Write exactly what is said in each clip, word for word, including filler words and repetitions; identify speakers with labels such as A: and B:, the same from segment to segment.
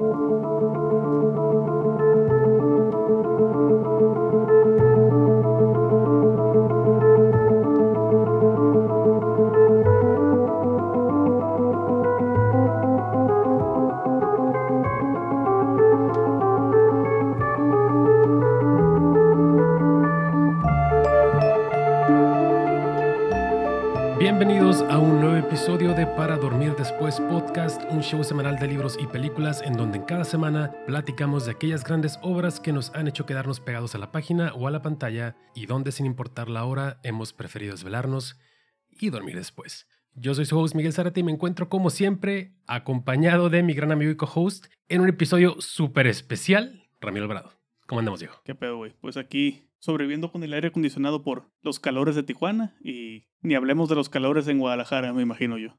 A: Bienvenidos a un nuevo episodio de Para Dormir Después Podcast, un show semanal de libros y películas en donde en cada semana platicamos de aquellas grandes obras que nos han hecho quedarnos pegados a la página o a la pantalla y donde sin importar la hora hemos preferido desvelarnos y dormir después. Yo soy su host Miguel Zárate y me encuentro como siempre acompañado de mi gran amigo y co-host en un episodio súper especial, Ramiro Alvarado. ¿Cómo andamos, Diego?
B: ¿Qué pedo, güey? Pues aquí sobreviviendo con el aire acondicionado por los calores de Tijuana y ni hablemos de los calores en Guadalajara, me imagino yo.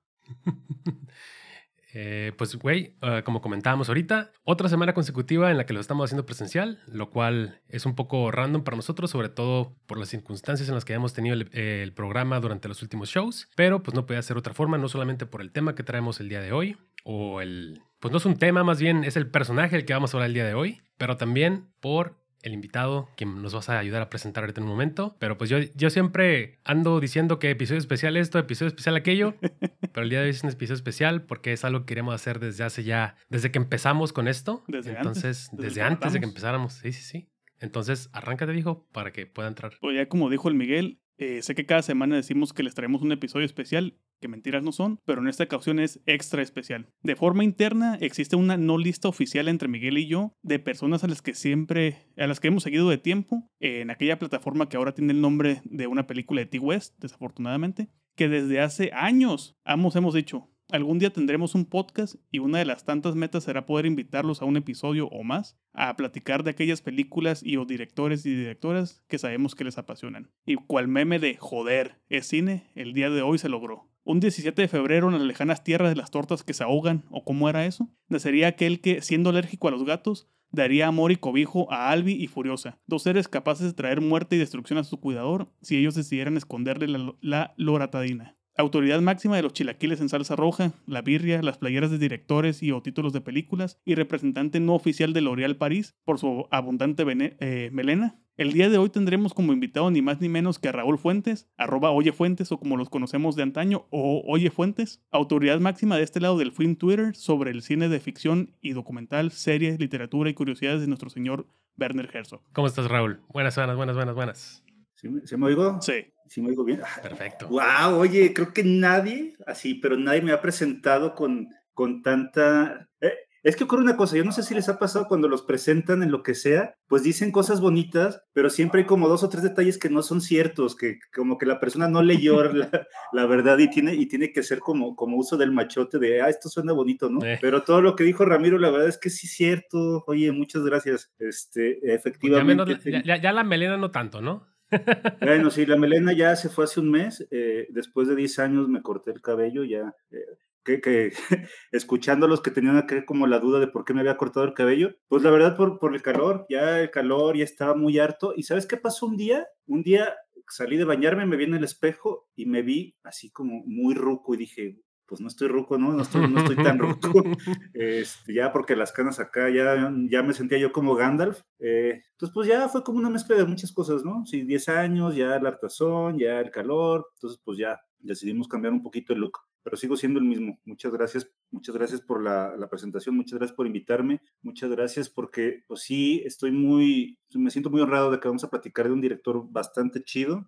A: eh, pues, güey, uh, como comentábamos ahorita, otra semana consecutiva en la que lo estamos haciendo presencial, lo cual es un poco random para nosotros, sobre todo por las circunstancias en las que hemos tenido el, eh, el programa durante los últimos shows, pero pues no podía ser otra forma, no solamente por el tema que traemos el día de hoy, o el... Pues no es un tema, más bien es el personaje del que vamos a hablar el día de hoy, pero también por el invitado que nos vas a ayudar a presentar ahorita en un momento. Pero pues yo, yo siempre ando diciendo que episodio especial esto, episodio especial aquello, pero el día de hoy es un episodio especial porque es algo que queremos hacer desde hace ya, desde que empezamos con esto.
B: Desde
A: Entonces,
B: antes. Desde,
A: desde antes de que empezáramos. Sí, sí, sí. Entonces, arráncate, dijo, para que pueda entrar.
B: Pues ya como dijo el Miguel, eh, sé que cada semana decimos que les traemos un episodio especial, que mentiras no son, pero en esta ocasión es extra especial. De forma interna existe una no lista oficial entre Miguel y yo de personas a las que siempre, a las que hemos seguido de tiempo, eh, en aquella plataforma que ahora tiene el nombre de una película de T-West, desafortunadamente, que desde hace años ambos hemos dicho, algún día tendremos un podcast y una de las tantas metas será poder invitarlos a un episodio o más a platicar de aquellas películas y o directores y directoras que sabemos que les apasionan. Y cual meme de joder, es cine, el día de hoy se logró. Un diecisiete de febrero en las lejanas tierras de las tortas que se ahogan, o cómo era eso, nacería aquel que, siendo alérgico a los gatos, daría amor y cobijo a Albi y Furiosa, dos seres capaces de traer muerte y destrucción a su cuidador si ellos decidieran esconderle la, la loratadina. Autoridad máxima de los chilaquiles en salsa roja, la birria, las playeras de directores y o títulos de películas, y representante no oficial de L'Oréal París por su abundante vene- eh, melena. El día de hoy tendremos como invitado ni más ni menos que a Raúl Fuentes, arroba Oye Fuentes o como los conocemos de antaño, o Oye Fuentes, autoridad máxima de este lado del film Twitter sobre el cine de ficción y documental, series, literatura y curiosidades de nuestro señor Werner Herzog.
A: ¿Cómo estás, Raúl? Buenas, buenas, buenas, buenas, buenas.
C: ¿Sí me, ¿sí me oigo?
B: Sí.
C: ¿Sí me oigo bien?
A: Perfecto.
C: Wow, oye, creo que nadie, así, pero nadie me ha presentado con, con tanta... Eh, es que ocurre una cosa, yo no sé si les ha pasado cuando los presentan en lo que sea, pues dicen cosas bonitas, pero siempre hay como dos o tres detalles que no son ciertos, que como que la persona no leyó la, la verdad y tiene, y tiene que ser como, como uso del machote de, ah, esto suena bonito, ¿no? Eh. Pero todo lo que dijo Ramiro, la verdad es que sí es cierto. Oye, muchas gracias. Este, efectivamente...
A: Pues ya, menos, ya, ya la melena no tanto, ¿no?
C: Bueno, sí, la melena ya se fue hace un mes, eh, después de diez años me corté el cabello, ya, eh, que, que escuchando a los que tenían acá como la duda de por qué me había cortado el cabello, pues la verdad por, por el calor, ya el calor, ya estaba muy harto, y ¿sabes qué pasó un día? Un día salí de bañarme, me vi en el espejo y me vi así como muy ruco y dije, pues no estoy ruco, ¿no? No estoy, no estoy tan ruco, este, ya porque las canas acá, ya, ya me sentía yo como Gandalf, eh, entonces pues ya fue como una mezcla de muchas cosas, ¿no? Sí, diez años, ya el hartazón, ya el calor, entonces pues ya decidimos cambiar un poquito el look, pero sigo siendo el mismo. Muchas gracias, muchas gracias por la, la presentación, muchas gracias por invitarme, muchas gracias porque pues sí, estoy muy, me siento muy honrado de que vamos a platicar de un director bastante chido,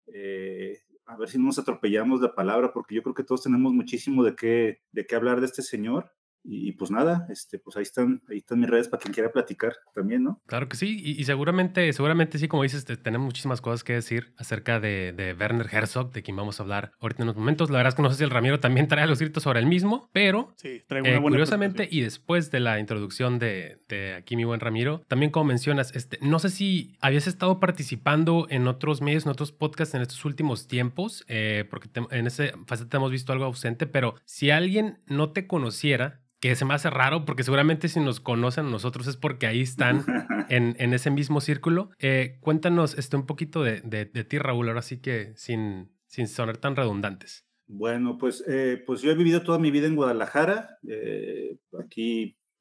C: eh, a ver si no nos atropellamos la palabra, porque yo creo que todos tenemos muchísimo de qué, de qué hablar de este señor. Y, y pues nada, este, pues ahí están, ahí están mis redes para quien quiera platicar también, ¿no?
A: Claro que sí, y, y seguramente, seguramente sí, como dices, te, tenemos muchísimas cosas que decir acerca de, de Werner Herzog, de quien vamos a hablar ahorita en unos momentos. La verdad es que no sé si el Ramiro también trae los gritos sobre el mismo, pero
B: sí, traigo una
A: eh,
B: buena
A: curiosamente, y después de la introducción de, de aquí mi buen Ramiro, también como mencionas, este, no sé si habías estado participando en otros medios, en otros podcasts en estos últimos tiempos, eh, porque te, en ese faceta te hemos visto algo ausente, pero si alguien no te conociera, que se me hace raro porque seguramente si nos conocen a nosotros es porque ahí están en, en ese mismo círculo. Eh, cuéntanos este, un poquito de, de, de ti, Raúl, ahora sí que sin, sin sonar tan redundantes.
C: Bueno, pues, eh, pues yo he vivido toda mi vida en Guadalajara. Eh, aquí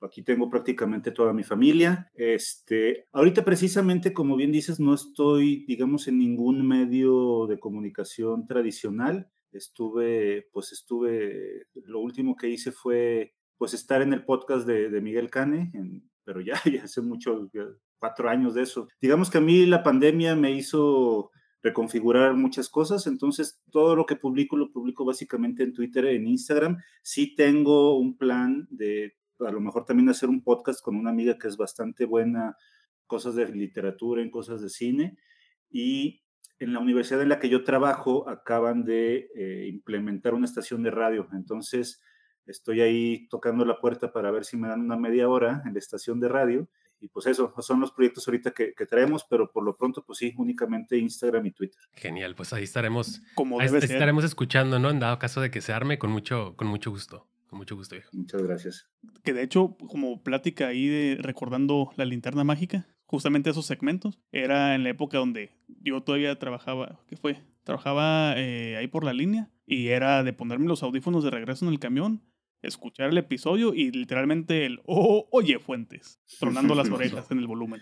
C: aquí tengo prácticamente toda mi familia. Este, ahorita precisamente, como bien dices, no estoy, digamos, en ningún medio de comunicación tradicional. Estuve, pues estuve, lo último que hice fue, pues estar en el podcast de, de Miguel Cane, en, pero ya, ya hace mucho, ya, cuatro años de eso. Digamos que a mí la pandemia me hizo reconfigurar muchas cosas, entonces todo lo que publico lo publico básicamente en Twitter, en Instagram. Sí tengo un plan de a lo mejor también hacer un podcast con una amiga que es bastante buena, cosas de literatura, en cosas de cine, y en la universidad en la que yo trabajo acaban de eh, implementar una estación de radio, entonces estoy ahí tocando la puerta para ver si me dan una media hora en la estación de radio. Y pues eso, son los proyectos ahorita que, que traemos, pero por lo pronto, pues sí, únicamente Instagram y Twitter.
A: Genial, pues ahí estaremos,
B: Como
A: ahí
B: debe ser.
A: estaremos escuchando, ¿no? En dado caso de que se arme, con mucho, con mucho gusto. Con mucho gusto, viejo.
C: Muchas gracias.
B: Que de hecho, como plática ahí de recordando la linterna mágica, justamente esos segmentos, era en la época donde yo todavía trabajaba, ¿qué fue? Trabajaba eh, ahí por la línea y era de ponerme los audífonos de regreso en el camión, escuchar el episodio y literalmente el oh, oye Fuentes, tronando las orejas en el volumen.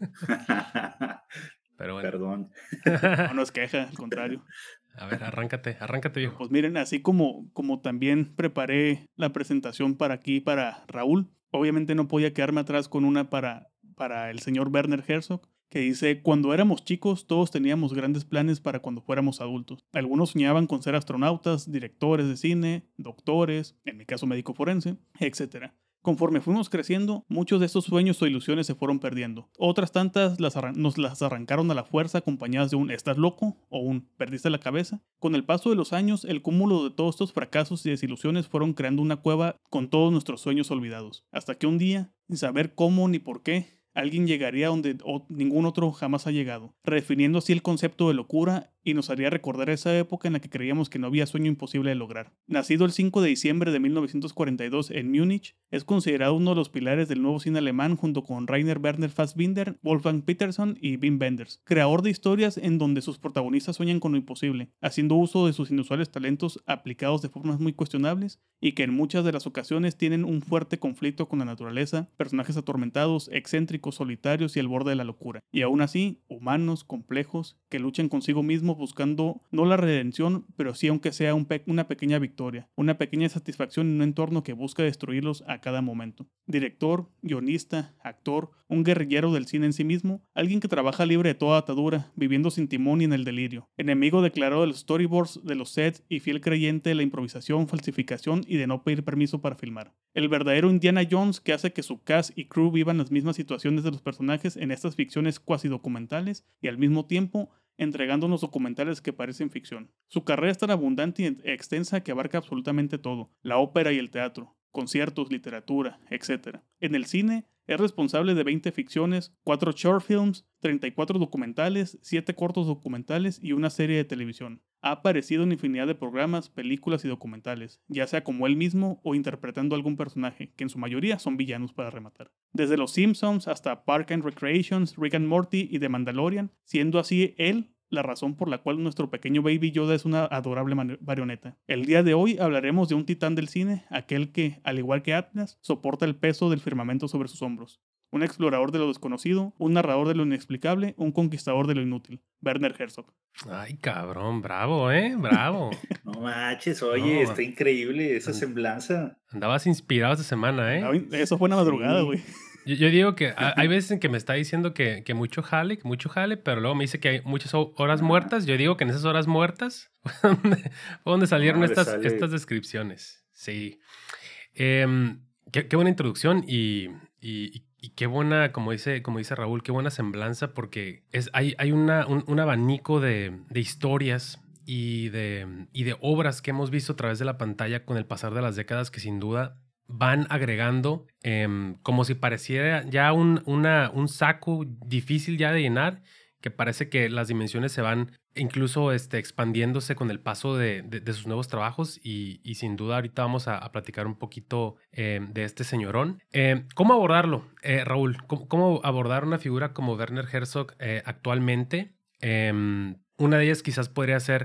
A: Pero bueno.
C: Perdón.
B: No, no es queja, al contrario.
A: A ver, arráncate, arráncate, viejo.
B: Pues miren, así como, como también preparé la presentación para aquí, para Raúl, obviamente no podía quedarme atrás con una para, para el señor Werner Herzog, que dice, cuando éramos chicos todos teníamos grandes planes para cuando fuéramos adultos. Algunos soñaban con ser astronautas, directores de cine, doctores, en mi caso médico forense, etcétera. Conforme fuimos creciendo, muchos de estos sueños o ilusiones se fueron perdiendo. Otras tantas las nos las arrancaron a la fuerza acompañadas de un ¿estás loco? O un ¿perdiste la cabeza? Con el paso de los años, el cúmulo de todos estos fracasos y desilusiones fueron creando una cueva con todos nuestros sueños olvidados. Hasta que un día, sin saber cómo ni por qué, alguien llegaría donde ningún otro jamás ha llegado, redefiniendo así el concepto de locura y nos haría recordar esa época en la que creíamos que no había sueño imposible de lograr. Nacido el cinco de diciembre de mil novecientos cuarenta y dos en Múnich, es considerado uno de los pilares del nuevo cine alemán junto con Rainer Werner Fassbinder, Wolfgang Peterson y Wim Wenders, creador de historias en donde sus protagonistas sueñan con lo imposible, haciendo uso de sus inusuales talentos aplicados de formas muy cuestionables y que en muchas de las ocasiones tienen un fuerte conflicto con la naturaleza, personajes atormentados, excéntricos, solitarios y al borde de la locura, y aún así, humanos, complejos, que luchan consigo mismos buscando no la redención, pero sí aunque sea un pe- una pequeña victoria, una pequeña satisfacción en un entorno que busca destruirlos a cada momento. Director, guionista, actor, un guerrillero del cine en sí mismo, alguien que trabaja libre de toda atadura, viviendo sin timón y en el delirio, enemigo declarado de los storyboards, de los sets y fiel creyente de la improvisación, falsificación y de no pedir permiso para filmar. El verdadero Indiana Jones que hace que su cast y crew vivan las mismas situaciones de los personajes en estas ficciones cuasi documentales y al mismo tiempo entregándonos documentales que parecen ficción. Su carrera es tan abundante y extensa que abarca absolutamente todo, la ópera y el teatro, conciertos, literatura, etcétera. En el cine, es responsable de veinte ficciones, cuatro short films, treinta y cuatro documentales, siete cortos documentales y una serie de televisión. Ha aparecido en infinidad de programas, películas y documentales, ya sea como él mismo o interpretando a algún personaje, que en su mayoría son villanos para rematar. Desde Los Simpsons hasta Park and Recreations, Rick and Morty y The Mandalorian, siendo así él la razón por la cual nuestro pequeño Baby Yoda es una adorable marioneta. El día de hoy hablaremos de un titán del cine, aquel que, al igual que Atlas, soporta el peso del firmamento sobre sus hombros. Un explorador de lo desconocido, un narrador de lo inexplicable, un conquistador de lo inútil. Werner Herzog.
A: Ay, cabrón, bravo, ¿eh? Bravo.
C: No manches, oye, no, está increíble esa semblanza.
A: Andabas inspirado esta semana, ¿eh?
B: Eso fue una madrugada, güey. Sí.
A: Yo, yo digo que hay veces en que me está diciendo que, que mucho jale, que mucho jale, pero luego me dice que hay muchas horas muertas. Yo digo que en esas horas muertas fue donde, fue donde salieron no, estas, estas descripciones. Sí. Eh, qué, qué buena introducción y, y, y qué buena, como dice, como dice Raúl, qué buena semblanza porque es, hay, hay una, un, un abanico de, de historias y de, y de obras que hemos visto a través de la pantalla con el pasar de las décadas que sin duda van agregando eh, como si pareciera ya un, una, un saco difícil ya de llenar, que parece que las dimensiones se van incluso este, expandiéndose con el paso de, de, de sus nuevos trabajos y, y sin duda ahorita vamos a, a platicar un poquito eh, de este señorón. Eh, ¿Cómo abordarlo, eh, Raúl? ¿Cómo, ¿Cómo abordar una figura como Werner Herzog eh, actualmente? Eh, una de ellas quizás podría ser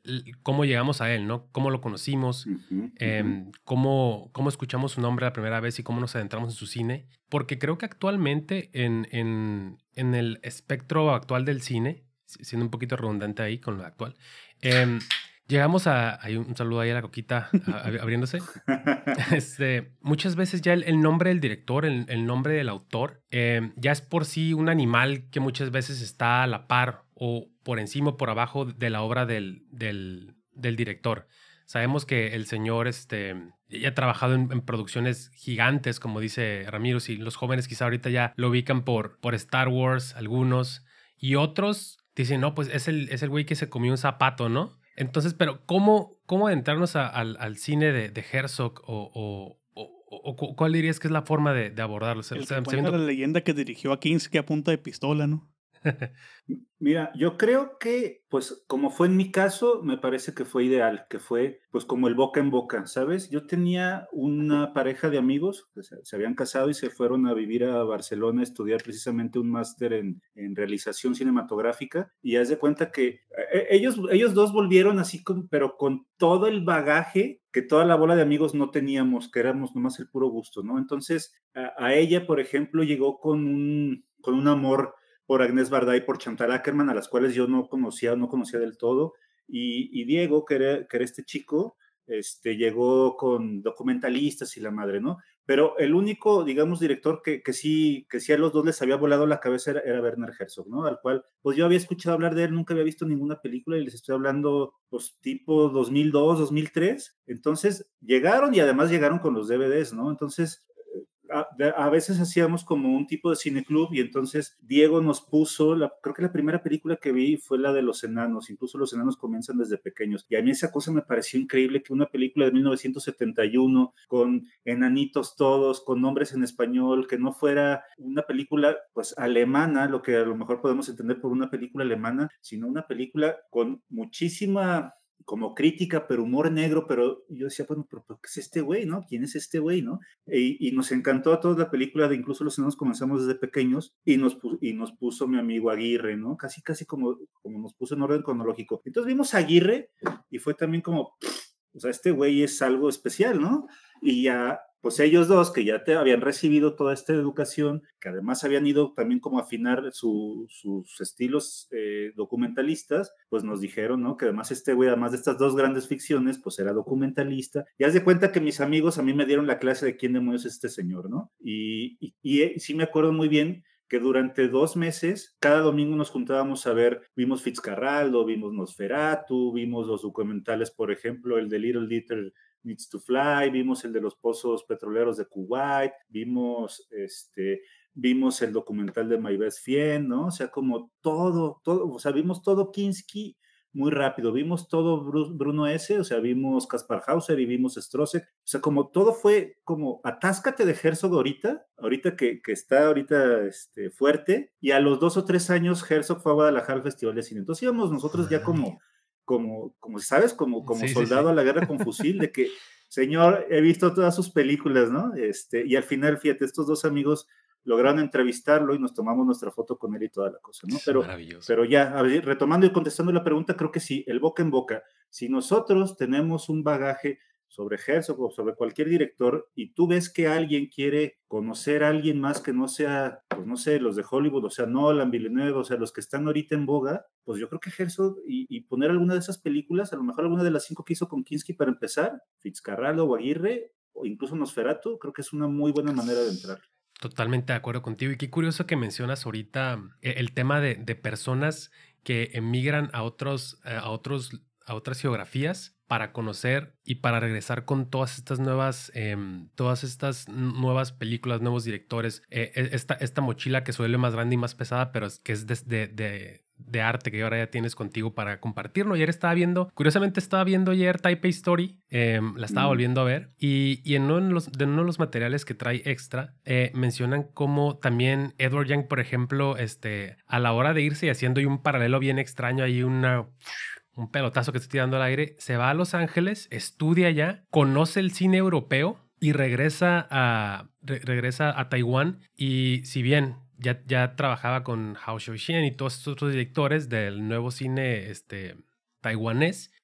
A: cómo llegamos a él, ¿no? Cómo lo conocimos,
C: uh-huh,
A: eh,
C: uh-huh.
A: cómo, cómo escuchamos su nombre la primera vez y cómo nos adentramos en su cine. Porque creo que actualmente en, en, en el espectro actual del cine, siendo un poquito redundante ahí con lo actual, eh, llegamos a... Hay un saludo ahí a la Coquita a, a, abriéndose. Este, muchas veces ya el, el nombre del director, el, el nombre del autor, eh, ya es por sí un animal que muchas veces está a la par o por encima o por abajo de la obra del, del, del director. Sabemos que el señor este, ya ha trabajado en, en producciones gigantes, como dice Ramiro, y los jóvenes quizá ahorita ya lo ubican por, por Star Wars, algunos, y otros dicen, no, pues es el, es el güey que se comió un zapato, ¿no? Entonces, pero ¿cómo, cómo adentrarnos a, al, al cine de, de Herzog o, o, o, o cuál dirías que es la forma de, de abordarlo?
B: El
A: O sea,
B: que cuenta
A: sabiendo...
B: la leyenda que dirigió a Kinski a punta de pistola, ¿no?
C: Mira, yo creo que, pues, como fue en mi caso, me parece que fue ideal, que fue, pues, como el boca en boca, ¿sabes? Yo tenía una pareja de amigos que se, se habían casado y se fueron a vivir a Barcelona a estudiar precisamente un máster en, en realización cinematográfica, y haz de cuenta que eh, ellos, ellos dos volvieron así, con, pero con todo el bagaje que toda la bola de amigos no teníamos, que éramos nomás el puro gusto, ¿no? Entonces, a, a ella, por ejemplo, llegó con un, con un amor por Agnès Varda y por Chantal Akerman, a las cuales yo no conocía, no conocía del todo, y, y Diego, que era, que era este chico, este, llegó con documentalistas y la madre, ¿no? Pero el único, digamos, director que, que, sí, que sí a los dos les había volado la cabeza era, era Werner Herzog, ¿no? Al cual, pues yo había escuchado hablar de él, nunca había visto ninguna película y les estoy hablando, pues, tipo dos mil dos, dos mil tres. Entonces, llegaron y además llegaron con los D V Ds, ¿no? Entonces, A, a veces hacíamos como un tipo de cineclub y entonces Diego nos puso, la, creo que la primera película que vi fue la de Los Enanos, incluso Los Enanos comienzan desde pequeños, y a mí esa cosa me pareció increíble, que una película de mil novecientos setenta y uno con enanitos todos, con nombres en español, que no fuera una película pues alemana, lo que a lo mejor podemos entender por una película alemana, sino una película con muchísima como crítica, pero humor negro, pero yo decía, bueno, pero, pero ¿qué es este güey, no? ¿Quién es este güey, no? Y, y nos encantó a toda la película, de incluso Los Enanos comenzamos desde pequeños, y nos, y nos puso mi amigo Aguirre, ¿no? Casi, casi como, como nos puso en orden cronológico. Entonces vimos a Aguirre, y fue también como, o sea, este güey es algo especial, ¿no? Y ya, pues ellos dos, que ya te habían recibido toda esta educación, que además habían ido también como a afinar su, sus estilos eh, documentalistas, pues nos dijeron, ¿no? Que además este güey, además de estas dos grandes ficciones, pues era documentalista. Y haz de cuenta que mis amigos a mí me dieron la clase de quién demonios es este señor, ¿no? Y, y, y sí me acuerdo muy bien que durante dos meses, cada domingo nos juntábamos a ver, vimos Fitzcarraldo, vimos Nosferatu, vimos los documentales, por ejemplo, el de Little Dieter Needs to Fly, vimos el de los pozos petroleros de Kuwait, vimos este, vimos el documental de My Best Friend, ¿no? O sea, como todo, todo, o sea, vimos todo Kinski muy rápido, vimos todo Bruno S., o sea, vimos Kaspar Hauser y vimos Strossek, o sea, como todo fue como atáscate de Herzog ahorita, ahorita que, que está ahorita este, fuerte, y a los dos o tres años Herzog fue a Guadalajara al Festival de Cine, entonces íbamos nosotros ya como, como, como ¿sabes? Como, como
A: sí,
C: soldado
A: sí, sí.
C: a la guerra con fusil, de que, señor, he visto todas sus películas, ¿no? Este, y al final, fíjate, estos dos amigos lograron entrevistarlo y nos tomamos nuestra foto con él y toda la cosa, ¿no?
A: Es
C: Pero,
A: maravilloso.
C: pero ya, a ver, retomando y contestando la pregunta, creo que sí, el boca en boca. Si nosotros tenemos un bagaje sobre Herzog o sobre cualquier director y tú ves que alguien quiere conocer a alguien más que no sea, pues no sé, los de Hollywood, o sea, Nolan, Villeneuve, o sea, los que están ahorita en boga, pues yo creo que Herzog y, y poner alguna de esas películas, a lo mejor alguna de las cinco que hizo con Kinski para empezar, Fitzcarraldo o Aguirre, o incluso Nosferatu, creo que es una muy buena manera de entrar.
A: Totalmente de acuerdo contigo. Y qué curioso que mencionas ahorita eh, el tema de, de personas que emigran a otros, eh, a otros, a otras geografías para conocer y para regresar con todas estas nuevas, eh, todas estas nuevas películas, nuevos directores, eh, esta, esta mochila que se vuelve más grande y más pesada, pero es que es de, de, de, de arte que ahora ya tienes contigo para compartirlo. Ayer estaba viendo, curiosamente estaba viendo ayer Taipei Story, eh, la estaba mm. volviendo a ver, y, y en uno de los, de uno de los materiales que trae extra, eh, mencionan cómo también Edward Young, por ejemplo, este, a la hora de irse y haciendo ahí un paralelo bien extraño, ahí una... un pelotazo que estoy tirando al aire, se va a Los Ángeles, estudia allá, conoce el cine europeo y regresa a, re, regresa a Taiwán. Y si bien ya, ya trabajaba con Hou Hsiao-hsien y todos estos otros directores del nuevo cine este, taiwanés,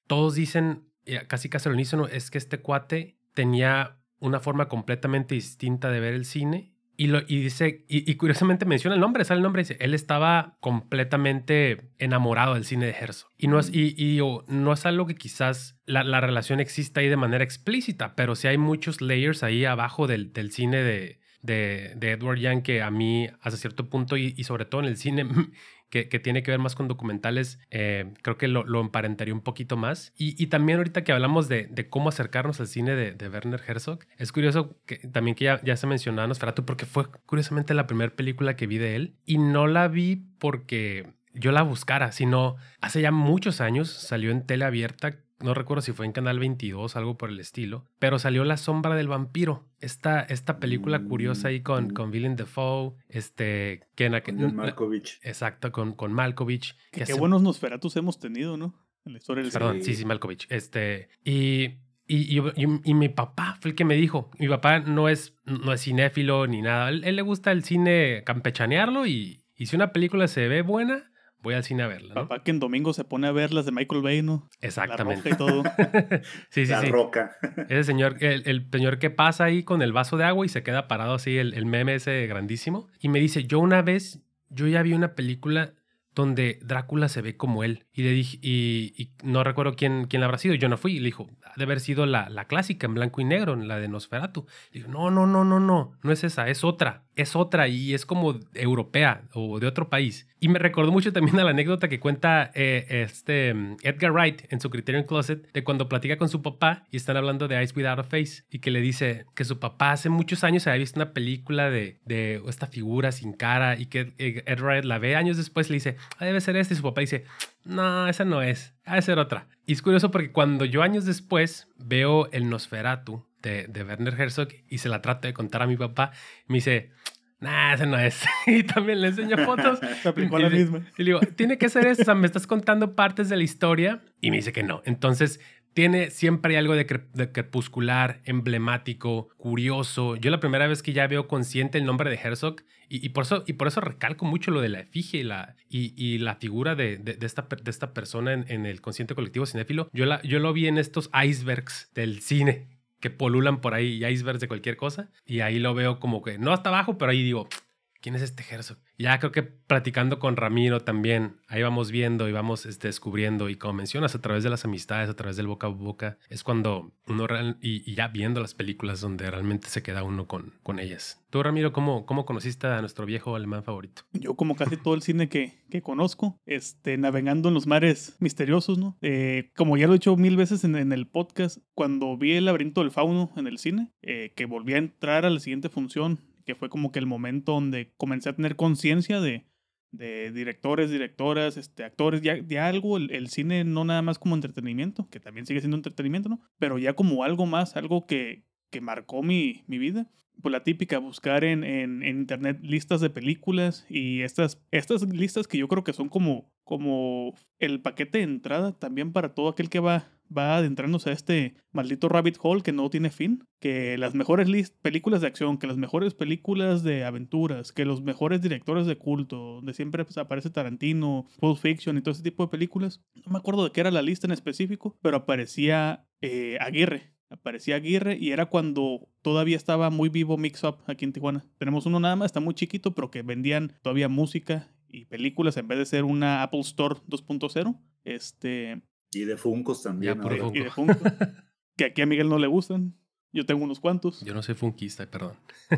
A: todos dicen, casi casi al unísono, es que este cuate tenía una forma completamente distinta de ver el cine. Y, lo, y dice, y, y curiosamente menciona el nombre, sale el nombre, dice, él estaba completamente enamorado del cine de Herzog. Y no es, y, y, o, no es algo que quizás la, la relación exista ahí de manera explícita, pero sí hay muchos layers ahí abajo del, del cine de, de, de Edward Young que a mí hasta cierto punto, y, y sobre todo en el cine que, que tiene que ver más con documentales, eh, creo que lo, lo emparentaría un poquito más. Y, y también ahorita que hablamos de, de cómo acercarnos al cine de, de Werner Herzog, es curioso que también que ya, ya se mencionaba Nosferatu, porque fue curiosamente la primera película que vi de él, y no la vi porque yo la buscara, sino hace ya muchos años salió en tele abierta. No recuerdo si fue en Canal veintidós, algo por el estilo, pero salió La sombra del vampiro. Esta, esta película curiosa ahí con, con Willem Dafoe, este... Que,
C: con John Malkovich.
A: Exacto, con, con Malkovich.
B: Que que qué hace... buenos Nosferatus hemos tenido, ¿no? En la historia del
A: Perdón, sí, sí, Malkovich. Este, y, y, y, y, y mi papá fue el que me dijo, mi papá no es, no es cinéfilo ni nada, él, él le gusta el cine campechanearlo y, y si una película se ve buena, voy al cine a verla, ¿no?
B: Papá que en domingo se pone a ver las de Michael Bay, ¿no?
A: Exactamente.
B: La Roca y todo.
A: sí, sí,
C: la
A: sí.
C: Roca.
A: Ese señor, el, el señor que pasa ahí con el vaso de agua y se queda parado así, el, el meme ese grandísimo. Y me dice, yo una vez, yo ya vi una película donde Drácula se ve como él. Y le dije, y, y no recuerdo quién, quién la habrá sido. Yo no fui. Y le dijo, ha de haber sido la, la clásica en blanco y negro, la de Nosferatu. Y digo, no, no, no, no, no. No es esa, es otra. Es otra y es como europea o de otro país. Y me recordó mucho también a la anécdota que cuenta eh, este Edgar Wright en su Criterion Closet de cuando platica con su papá y están hablando de Eyes Without a Face y que le dice que su papá hace muchos años había visto una película de, de esta figura sin cara y que Edgar Wright la ve años después y le dice, ah, debe ser esta, y su papá dice, no, esa no es, ha de ser otra. Y es curioso porque cuando yo años después veo el Nosferatu de, de Werner Herzog y se la trato de contar a mi papá, me dice, nah, esa no es. Y también le enseño fotos.
B: Se aplicó la misma.
A: Y le digo, tiene que ser esa, me estás contando partes de la historia. Y me dice que no. Entonces, tiene siempre hay algo de, cre de crepuscular, emblemático, curioso. Yo la primera vez que ya veo consciente el nombre de Herzog, y, y, por, eso, y por eso recalco mucho lo de la efigie y la, y, y la figura de, de, de, esta, de esta persona en, en el consciente colectivo cinéfilo. Yo, la, yo lo vi en estos icebergs del cine que polulan por ahí, y icebergs de cualquier cosa. Y ahí lo veo como que, no hasta abajo, pero ahí digo, ¿quién es este Herzog? Ya creo que platicando con Ramiro también, ahí vamos viendo y vamos este, descubriendo. Y como mencionas, a través de las amistades, a través del boca a boca, es cuando uno, real, y, y ya viendo las películas donde realmente se queda uno con, con ellas. Tú, Ramiro, ¿cómo, ¿cómo conociste a nuestro viejo alemán favorito?
B: Yo, como casi todo el cine que, que conozco, este, navegando en los mares misteriosos, ¿no? Eh, como ya lo he dicho mil veces en, en el podcast, cuando vi El laberinto del fauno en el cine, eh, que volví a entrar a la siguiente función, que fue como que el momento donde comencé a tener conciencia de, de directores, directoras, este, actores, ya, ya algo, el, el cine no nada más como entretenimiento, que también sigue siendo entretenimiento, ¿no? Pero ya como algo más, algo que, que marcó mi, mi vida. Pues la típica, buscar en, en, en internet listas de películas y estas, estas listas que yo creo que son como, como el paquete de entrada también para todo aquel que va, va adentrándose a este maldito rabbit hole que no tiene fin. Que las mejores list películas de acción, que las mejores películas de aventuras, que los mejores directores de culto, donde siempre pues, aparece Tarantino, Pulp Fiction y todo ese tipo de películas. No me acuerdo de qué era la lista en específico, pero aparecía eh, Aguirre. Aparecía Aguirre y era cuando todavía estaba muy vivo Mix Up aquí en Tijuana. Tenemos uno nada más, está muy chiquito, pero que vendían todavía música y películas en vez de ser una Apple Store dos punto cero. Este...
C: Y de Funkos también.
A: Ya, Funko.
B: Y de Funko. Que aquí a Miguel no le gustan. Yo tengo unos cuantos.
A: Yo no soy funkista, perdón.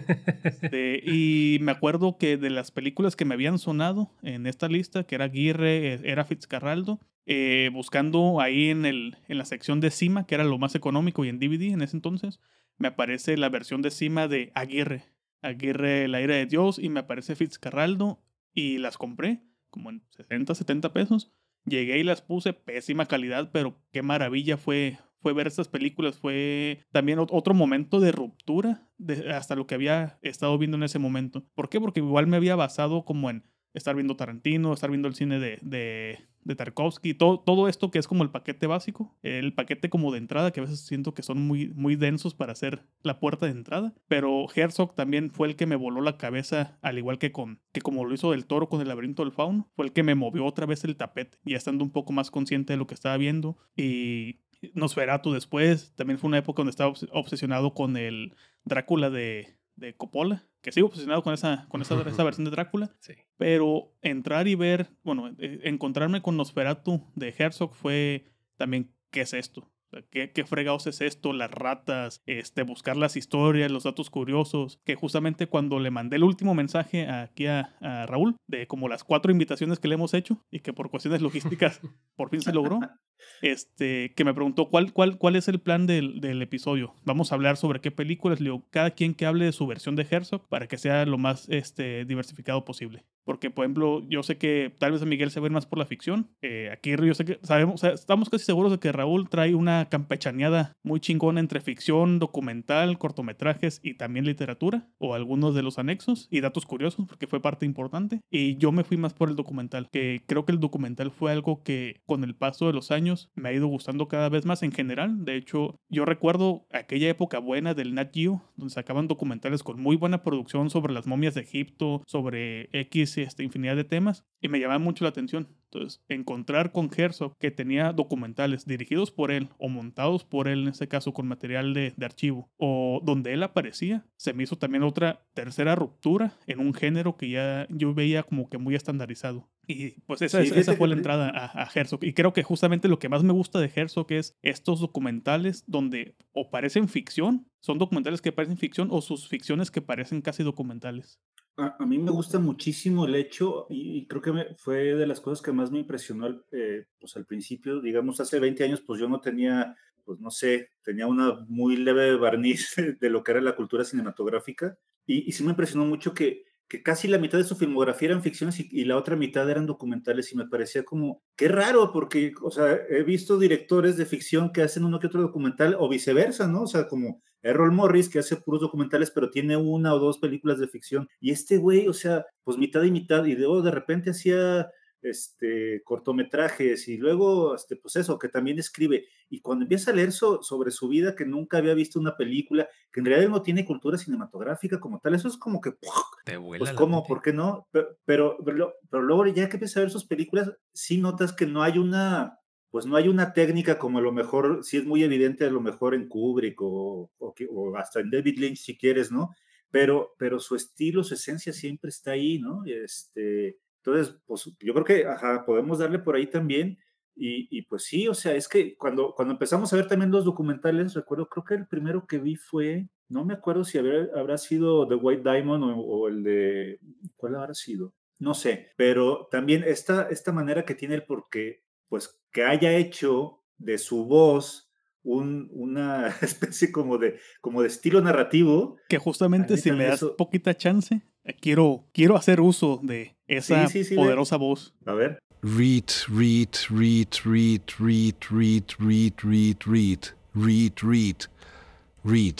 B: Este, y me acuerdo que de las películas que me habían sonado en esta lista, que era Aguirre, era Fitzcarraldo, eh, buscando ahí en, el, en la sección de Cima, que era lo más económico y en D V D en ese entonces, me aparece la versión de Cima de Aguirre. Aguirre, La ira de Dios, y me aparece Fitzcarraldo y las compré como en sesenta, setenta pesos. Llegué y las puse, pésima calidad, pero qué maravilla fue, fue ver estas películas. Fue también otro momento de ruptura de hasta lo que había estado viendo en ese momento. ¿Por qué? Porque igual me había basado como en estar viendo Tarantino, estar viendo el cine de, de, de Tarkovsky, todo, todo esto que es como el paquete básico, el paquete como de entrada, que a veces siento que son muy, muy densos para hacer la puerta de entrada, pero Herzog también fue el que me voló la cabeza, al igual que, con, que como lo hizo Del Toro con El laberinto del fauno, fue el que me movió otra vez el tapete, ya estando un poco más consciente de lo que estaba viendo. Y Nosferatu después, también fue una época donde estaba obsesionado con el Drácula de, de Coppola, que sigo obsesionado con esa, con esa, esa versión de Drácula.
A: Sí.
B: Pero entrar y ver, bueno, eh, encontrarme con Nosferatu de Herzog fue también, ¿qué es esto? ¿Qué, ¿Qué fregados es esto? Las ratas, este, buscar las historias, los datos curiosos, que justamente cuando le mandé el último mensaje aquí a, a Raúl, de como las cuatro invitaciones que le hemos hecho y que por cuestiones logísticas por fin se logró, este, que me preguntó cuál, cuál, cuál es el plan del, del episodio. Vamos a hablar sobre qué películas, le digo, cada quien que hable de su versión de Herzog para que sea lo más este, diversificado posible. Porque, por ejemplo, yo sé que tal vez a Miguel se va a ir más por la ficción. Eh, aquí yo sé que sabemos, o sea, estamos casi seguros de que Raúl trae una campechaneada muy chingona entre ficción, documental, cortometrajes y también literatura, o algunos de los anexos y datos curiosos, porque fue parte importante. Y yo me fui más por el documental, que creo que el documental fue algo que con el paso de los años me ha ido gustando cada vez más en general. De hecho, yo recuerdo aquella época buena del Nat Geo, donde sacaban documentales con muy buena producción sobre las momias de Egipto, sobre X Este, infinidad de temas, y me llamaba mucho la atención. Entonces, encontrar con Herzog que tenía documentales dirigidos por él o montados por él, en este caso con material de, de archivo, o donde él aparecía, se me hizo también otra tercera ruptura en un género que ya yo veía como que muy estandarizado. Y pues esa, sí, esa, esa fue la entrada a, a Herzog. Y creo que justamente lo que más me gusta de Herzog es estos documentales donde o parecen ficción, son documentales que parecen ficción, o sus ficciones que parecen casi documentales.
C: A, a mí me gusta muchísimo el hecho, y, y creo que me, fue de las cosas que más me impresionó al, eh, pues al principio, digamos, hace veinte años, pues yo no tenía, pues no sé, tenía una muy leve barniz de lo que era la cultura cinematográfica, y, y sí me impresionó mucho que, que casi la mitad de su filmografía eran ficciones y, y la otra mitad eran documentales, y me parecía como, qué raro, porque, o sea, he visto directores de ficción que hacen uno que otro documental, o viceversa, ¿no? O sea, como Errol Morris, que hace puros documentales, pero tiene una o dos películas de ficción, y este güey, o sea, pues mitad y mitad, y luego de repente hacía este, cortometrajes, y luego, este, pues eso, que también escribe, y cuando empieza a leer so, sobre su vida, que nunca había visto una película, que en realidad no tiene cultura cinematográfica como tal, eso es como que,
A: te vuela
C: pues
A: la
C: cómo,
A: mente.
C: ¿por qué no? Pero, pero, pero, pero luego ya que empiezas a ver sus películas, sí notas que no hay una, pues no hay una técnica como a lo mejor, sí es muy evidente a lo mejor en Kubrick o, o, o hasta en David Lynch si quieres, ¿no? Pero, pero su estilo, su esencia siempre está ahí, ¿no? Este, entonces, pues yo creo que, ajá, podemos darle por ahí también, y, y pues sí, o sea, es que cuando, cuando empezamos a ver también los documentales, recuerdo, creo que el primero que vi fue, no me acuerdo si habrá, habrá sido The White Diamond o, o el de, ¿cuál habrá sido? No sé, pero también esta, esta manera que tiene el porque, pues que haya hecho de su voz un, una especie como de, como de estilo narrativo.
B: Que justamente si me das eso... poquita chance, quiero, quiero hacer uso de esa sí, sí, sí, poderosa de... voz.
C: A ver.
D: Read, read, read, read, read, read, read, read, read, read, read, read.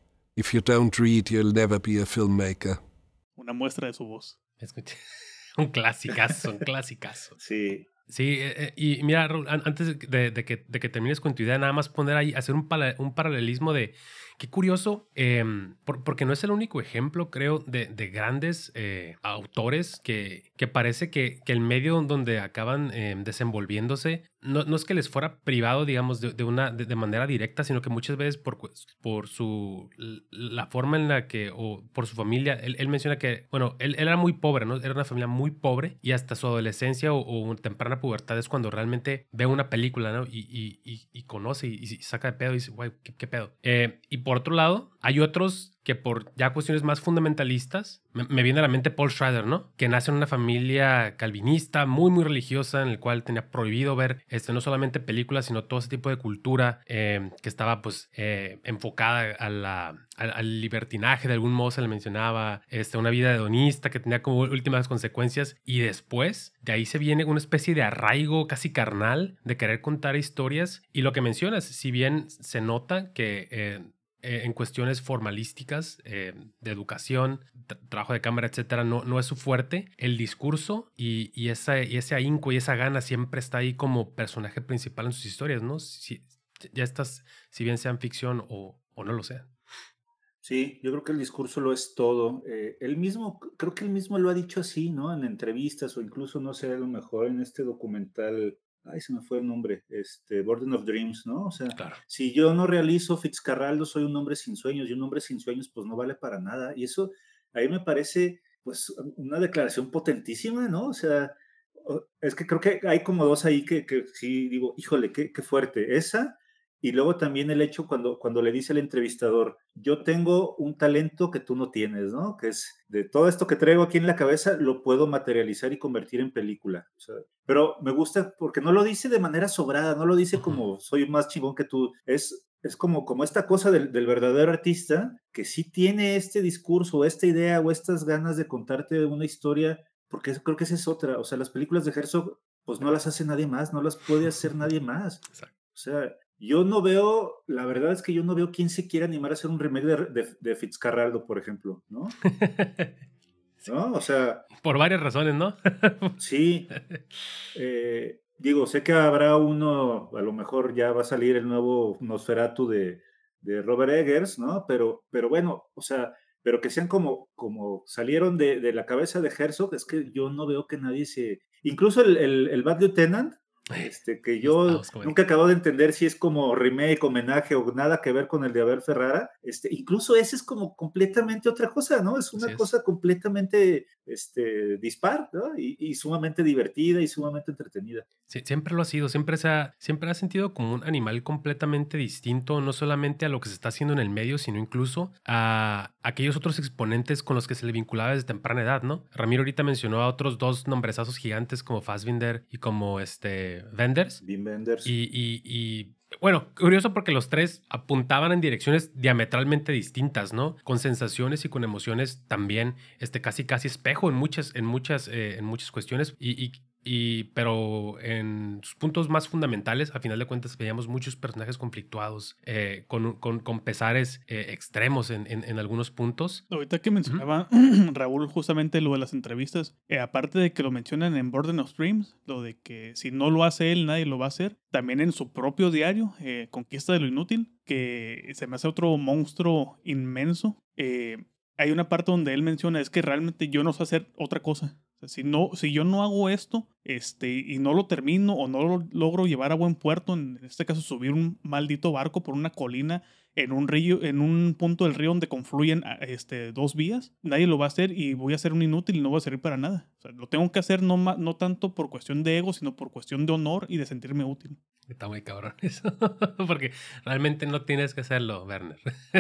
D: If you don't read, you'll never be a filmmaker.
B: Una muestra de su voz.
A: Escucha. Un clasicazo, un clasicazo.
C: Sí.
A: Sí, eh, y mira, Raúl, antes de, de, que, de que termines con tu idea, nada más poner ahí, hacer un, pala, un paralelismo de, qué curioso, eh, por, porque no es el único ejemplo, creo, de, de grandes eh, autores que, que parece que, que el medio donde acaban eh, desenvolviéndose, no, no es que les fuera privado, digamos, de, de, una, de, de manera directa, sino que muchas veces por, por su, la forma en la que, o por su familia, él, él menciona que, bueno, él, él era muy pobre, ¿no? Era una familia muy pobre y hasta su adolescencia o, o temprana pubertad es cuando realmente ve una película, ¿no? Y, y, y, y conoce y, y saca de pedo y dice, güey, ¿qué, qué pedo? Eh, y por otro lado, hay otros que por ya cuestiones más fundamentalistas, me, me viene a la mente Paul Schrader, ¿no? Que nace en una familia calvinista muy, muy religiosa, en el cual tenía prohibido ver este, no solamente películas, sino todo ese tipo de cultura eh, que estaba pues eh, enfocada a la, al, al libertinaje, de algún modo se le mencionaba, este, una vida hedonista que tenía como últimas consecuencias, y después de ahí se viene una especie de arraigo casi carnal de querer contar historias, y lo que mencionas, si bien se nota que... Eh, eh, en cuestiones formalísticas, eh, de educación, tra- trabajo de cámara, etcétera, no, no es su fuerte. El discurso y, y, esa, y ese ahínco y esa gana siempre está ahí como personaje principal en sus historias, ¿no? Si, ya estas, si bien sean ficción o, o no lo sean.
C: Sí, yo creo que el discurso lo es todo. Eh, él mismo, creo que él mismo lo ha dicho así, ¿no? En entrevistas o incluso, no sé, a lo mejor en este documental, ay, se me fue el nombre, este, Burden of Dreams, ¿no? O sea,
A: Claro.
C: si yo no realizo Fitzcarraldo, soy un hombre sin sueños y un hombre sin sueños, pues no vale para nada. Y eso, ahí me parece, pues, una declaración potentísima, ¿no? O sea, o- es que creo que hay como dos ahí que, que sí digo, híjole, qué, qué fuerte. Esa. Y luego también el hecho cuando, cuando le dice al entrevistador, yo tengo un talento que tú no tienes, ¿no? Que es de todo esto que traigo aquí en la cabeza, lo puedo materializar y convertir en película. O sea, pero me gusta porque no lo dice de manera sobrada, no lo dice
A: Ujú.
C: como soy más chingón que tú. Es, es como, como esta cosa del, del verdadero artista que sí tiene este discurso, esta idea o estas ganas de contarte una historia, porque creo que esa es otra. O sea, las películas de Herzog, pues no las hace nadie más, no las puede hacer nadie más.
A: Exacto.
C: O sea, yo no veo, la verdad es que yo no veo quién se quiera animar a hacer un remake de, de, de Fitzcarraldo, por ejemplo, ¿no?
A: Sí.
C: ¿No? O sea,
A: Por varias razones, ¿no?
C: sí, eh, digo, sé que habrá uno, a lo mejor ya va a salir el nuevo Nosferatu de, de Robert Eggers, ¿no? Pero, pero bueno, o sea, pero que sean como, como salieron de, de la cabeza de Herzog, es que yo no veo que nadie se... Incluso el, el, el Bad Lieutenant, este, que yo nunca acabo de entender si es como remake, homenaje o nada que ver con el de Abel Ferrara, este, incluso ese es como completamente otra cosa, ¿no? Es una
A: Así es.
C: cosa completamente este, dispar, ¿no? Y, y sumamente divertida y sumamente entretenida.
A: Sí, siempre lo ha sido, siempre se ha, siempre ha sentido como un animal completamente distinto, no solamente a lo que se está haciendo en el medio, sino incluso a aquellos otros exponentes con los que se le vinculaba desde temprana edad, ¿no? Ramiro ahorita mencionó a otros dos nombresazos gigantes como Fassbinder y como este Wenders.
C: Wim Wenders.
A: Y, y, y bueno, curioso porque los tres apuntaban en direcciones diametralmente distintas, ¿no? Con sensaciones y con emociones también, este, casi casi espejo en muchas, en muchas, eh, en muchas cuestiones. Y, y, y, pero en sus puntos más fundamentales, a final de cuentas, veíamos muchos personajes conflictuados, eh, con, con, con pesares eh, extremos en, en, en algunos puntos.
B: Ahorita que mencionaba uh-huh. Raúl justamente lo de las entrevistas, eh, aparte de que lo mencionan en Burden of Dreams, lo de que si no lo hace él, nadie lo va a hacer, también en su propio diario, eh, Conquista de lo Inútil, que se me hace otro monstruo inmenso. Eh, hay una parte donde él menciona, es que realmente yo no sé hacer otra cosa. O sea, si, no, si yo no hago esto este, y no lo termino o no lo logro llevar a buen puerto, en este caso subir un maldito barco por una colina en un río, en un punto del río donde confluyen este, dos vías, nadie lo va a hacer y voy a ser un inútil y no voy a servir para nada. O sea, lo tengo que hacer no, no tanto por cuestión de ego, sino por cuestión de honor y de sentirme útil.
A: Está muy cabrón eso, porque realmente no tienes que hacerlo, Werner.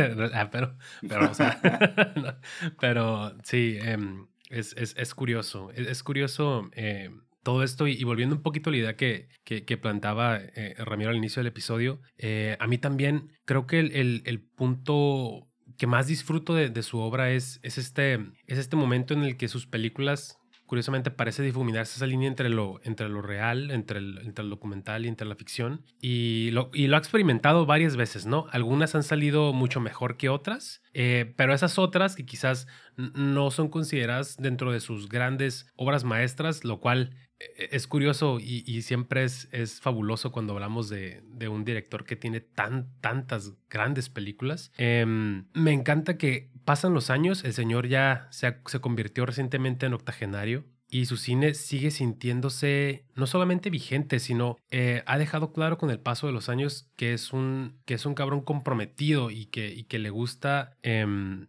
A: pero, pero, o sea, no, pero sí, eh, es, es, es curioso, es, es curioso eh, todo esto y, y volviendo un poquito a la idea que, que, que plantaba eh, Ramiro al inicio del episodio, eh, a mí también creo que el, el, el punto que más disfruto de, de su obra es, es, este, es este momento en el que sus películas... Curiosamente parece difuminarse esa línea entre lo, entre lo real, entre el, entre el documental y entre la ficción. Y lo, y lo ha experimentado varias veces, ¿no? Algunas han salido mucho mejor que otras, eh, pero esas otras que quizás no son consideradas dentro de sus grandes obras maestras, lo cual es curioso y, y siempre es, es fabuloso cuando hablamos de, de un director que tiene tan, tantas grandes películas. Eh, me encanta que pasan los años, el señor ya se, ha, se convirtió recientemente en octogenario y su cine sigue sintiéndose no solamente vigente, sino eh, ha dejado claro con el paso de los años que es un, que es un cabrón comprometido y que, y que le gusta... Eh,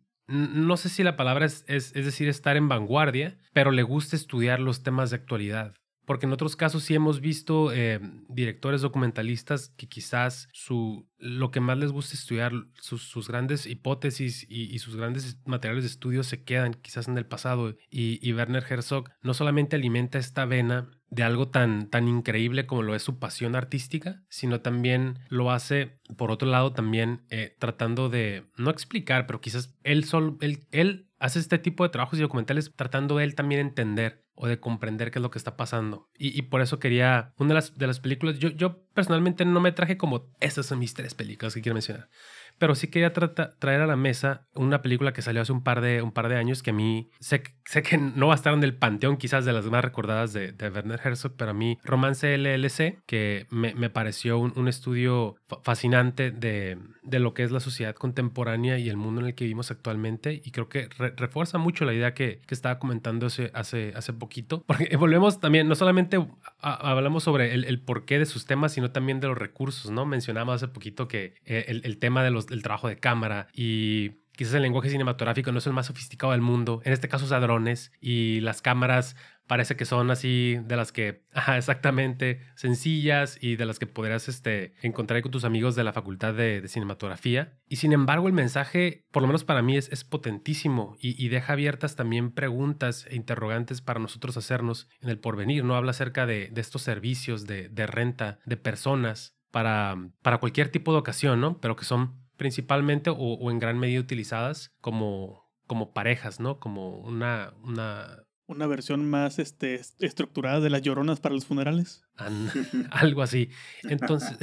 A: no sé si la palabra es, es, es decir, estar en vanguardia, pero le gusta estudiar los temas de actualidad. Porque en otros casos sí hemos visto eh, directores documentalistas que quizás su, lo que más les gusta estudiar, sus, sus grandes hipótesis y, y sus grandes materiales de estudio se quedan quizás en el pasado. Y, y Werner Herzog no solamente alimenta esta vena de algo tan, tan increíble como lo es su pasión artística, sino también lo hace, por otro lado, también eh, tratando de, no explicar, pero quizás él, solo, él, él hace este tipo de trabajos y documentales tratando de él también entender o de comprender qué es lo que está pasando. Y, y por eso quería, una de las, de las películas, yo, yo personalmente no me traje como, estas son mis tres películas que quiero mencionar, pero sí quería tra- traer a la mesa una película que salió hace un par de, un par de años que a mí sé, sé que no va a estar en el panteón quizás de las más recordadas de, de Werner Herzog, pero a mí Romance L L C, que me, me pareció un, un estudio fascinante de, de lo que es la sociedad contemporánea y el mundo en el que vivimos actualmente, y creo que re- refuerza mucho la idea que, que estaba comentando hace, hace, hace poquito, porque volvemos también, no solamente a, hablamos sobre el, el porqué de sus temas, sino también de los recursos, ¿no? Mencionamos hace poquito que eh, el, el tema de los, del trabajo de cámara y quizás el lenguaje cinematográfico no es el más sofisticado del mundo. En este caso usa drones y las cámaras parece que son así de las que, ajá, exactamente, sencillas y de las que podrás este, encontrar con tus amigos de la facultad de, de cinematografía. Y sin embargo el mensaje, por lo menos para mí, es, es potentísimo y, y deja abiertas también preguntas e interrogantes para nosotros hacernos en el porvenir, ¿no? Habla acerca de, de estos servicios de, de renta de personas para, para cualquier tipo de ocasión, ¿no? Pero que son principalmente o, o en gran medida utilizadas como, como parejas, ¿no? Como una... una
B: Una versión más este, estructurada de las lloronas para los funerales.
A: An, algo así. Entonces,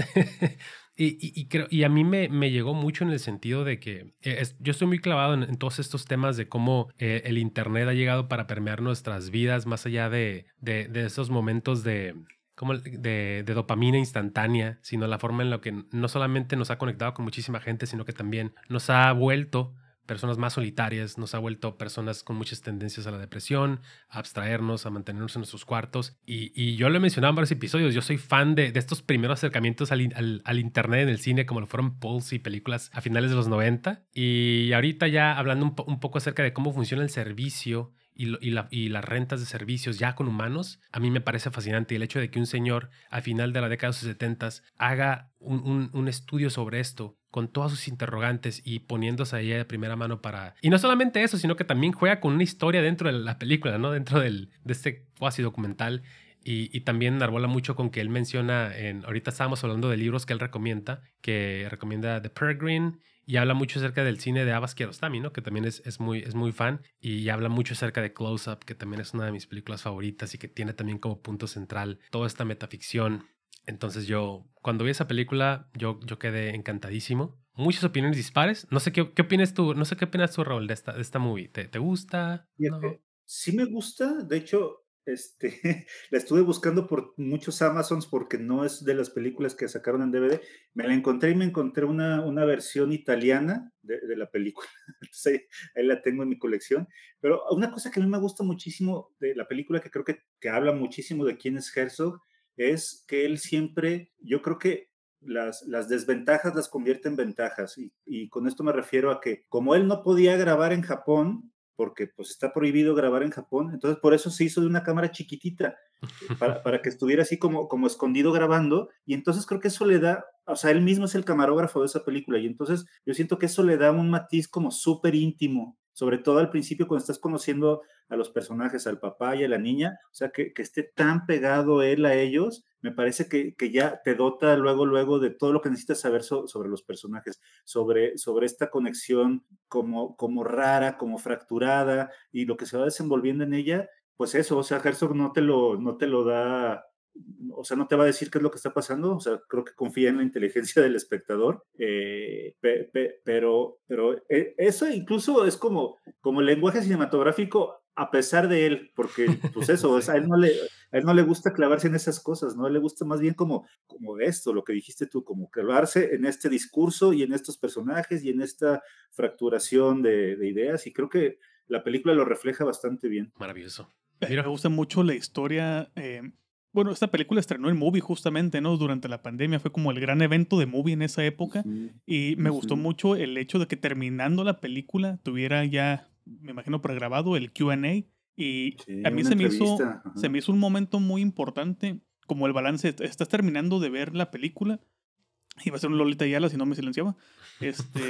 A: y, y, y, creo, y a mí me, me llegó mucho en el sentido de que eh, es, yo estoy muy clavado en, en todos estos temas de cómo eh, el internet ha llegado para permear nuestras vidas más allá de, de, de esos momentos de... como de, de dopamina instantánea, sino la forma en la que no solamente nos ha conectado con muchísima gente, sino que también nos ha vuelto personas más solitarias, nos ha vuelto personas con muchas tendencias a la depresión, a abstraernos, a mantenernos en nuestros cuartos. Y, y yo lo he mencionado en varios episodios, yo soy fan de, de estos primeros acercamientos al, al, al internet en el cine, como lo fueron Pulse y películas a finales de los noventa. Y ahorita ya hablando un, po- un poco acerca de cómo funciona el servicio y, lo, y, la, y las rentas de servicios ya con humanos, a mí me parece fascinante. Y el hecho de que un señor al final de la década de los setentas haga un, un, un estudio sobre esto con todas sus interrogantes y poniéndose ahí de primera mano para... Y no solamente eso, sino que también juega con una historia dentro de la película, ¿no? Dentro del, de este cuasi documental. Y, y también enarbola mucho con que él menciona, en, ahorita estábamos hablando de libros que él recomienda, que recomienda The Peregrine, y habla mucho acerca del cine de Abbas Kiarostami, ¿no? Que también es, es, muy, es muy fan, y habla mucho acerca de Close Up, que también es una de mis películas favoritas y que tiene también como punto central toda esta metaficción. Entonces yo, cuando vi esa película, yo, yo quedé encantadísimo. Muchas opiniones dispares. No sé qué, qué opinas tú, no sé qué opinas tú, Raúl, de esta, de esta movie. ¿Te, te gusta?
C: Fíjate,
A: ¿No?
C: sí me gusta, de hecho, este, la estuve buscando por muchos Amazons porque no es de las películas que sacaron en D V D. Me la encontré y me encontré una, una versión italiana de, de la película. Entonces ahí, ahí la tengo en mi colección. Pero una cosa que a mí me gusta muchísimo de la película, que creo que, que habla muchísimo de quién es Herzog, es que él siempre, yo creo que las, las desventajas las convierte en ventajas. Y, y con esto me refiero a que como él no podía grabar en Japón, porque pues está prohibido grabar en Japón, entonces por eso se hizo de una cámara chiquitita, para, para que estuviera así como, como escondido grabando, y entonces creo que eso le da, o sea, él mismo es el camarógrafo de esa película, y entonces yo siento que eso le da un matiz como súper íntimo, sobre todo al principio cuando estás conociendo a los personajes, al papá y a la niña, o sea, que, que esté tan pegado él a ellos, me parece que, que ya te dota luego, luego de todo lo que necesitas saber so, sobre los personajes, sobre, sobre esta conexión como, como rara, como fracturada, y lo que se va desenvolviendo en ella, pues eso, o sea, Herzog no te lo, no te lo da, o sea, no te va a decir qué es lo que está pasando, o sea, creo que confía en la inteligencia del espectador, eh, pe, pe, pero, pero eso incluso es como, como lenguaje cinematográfico a pesar de él, porque pues eso, o sea, a él no le, a él no le gusta clavarse en esas cosas, ¿no? A él le gusta más bien como, como esto, lo que dijiste tú, como clavarse en este discurso y en estos personajes y en esta fracturación de, de ideas, y creo que la película lo refleja bastante bien.
A: Maravilloso.
B: Mira. Me gusta mucho la historia. Eh, bueno, esta película estrenó en Movie justamente, ¿no? Durante la pandemia fue como el gran evento de Movie en esa época. Uh-huh. Y me uh-huh. gustó mucho el hecho de que terminando la película tuviera ya, me imagino, pregrabado el Q and A. Y sí, a mí se me, hizo, uh-huh. se me hizo un momento muy importante, como el balance. Estás terminando de ver la película. Iba a ser un Lolita Ayala si no me silenciaba. Este...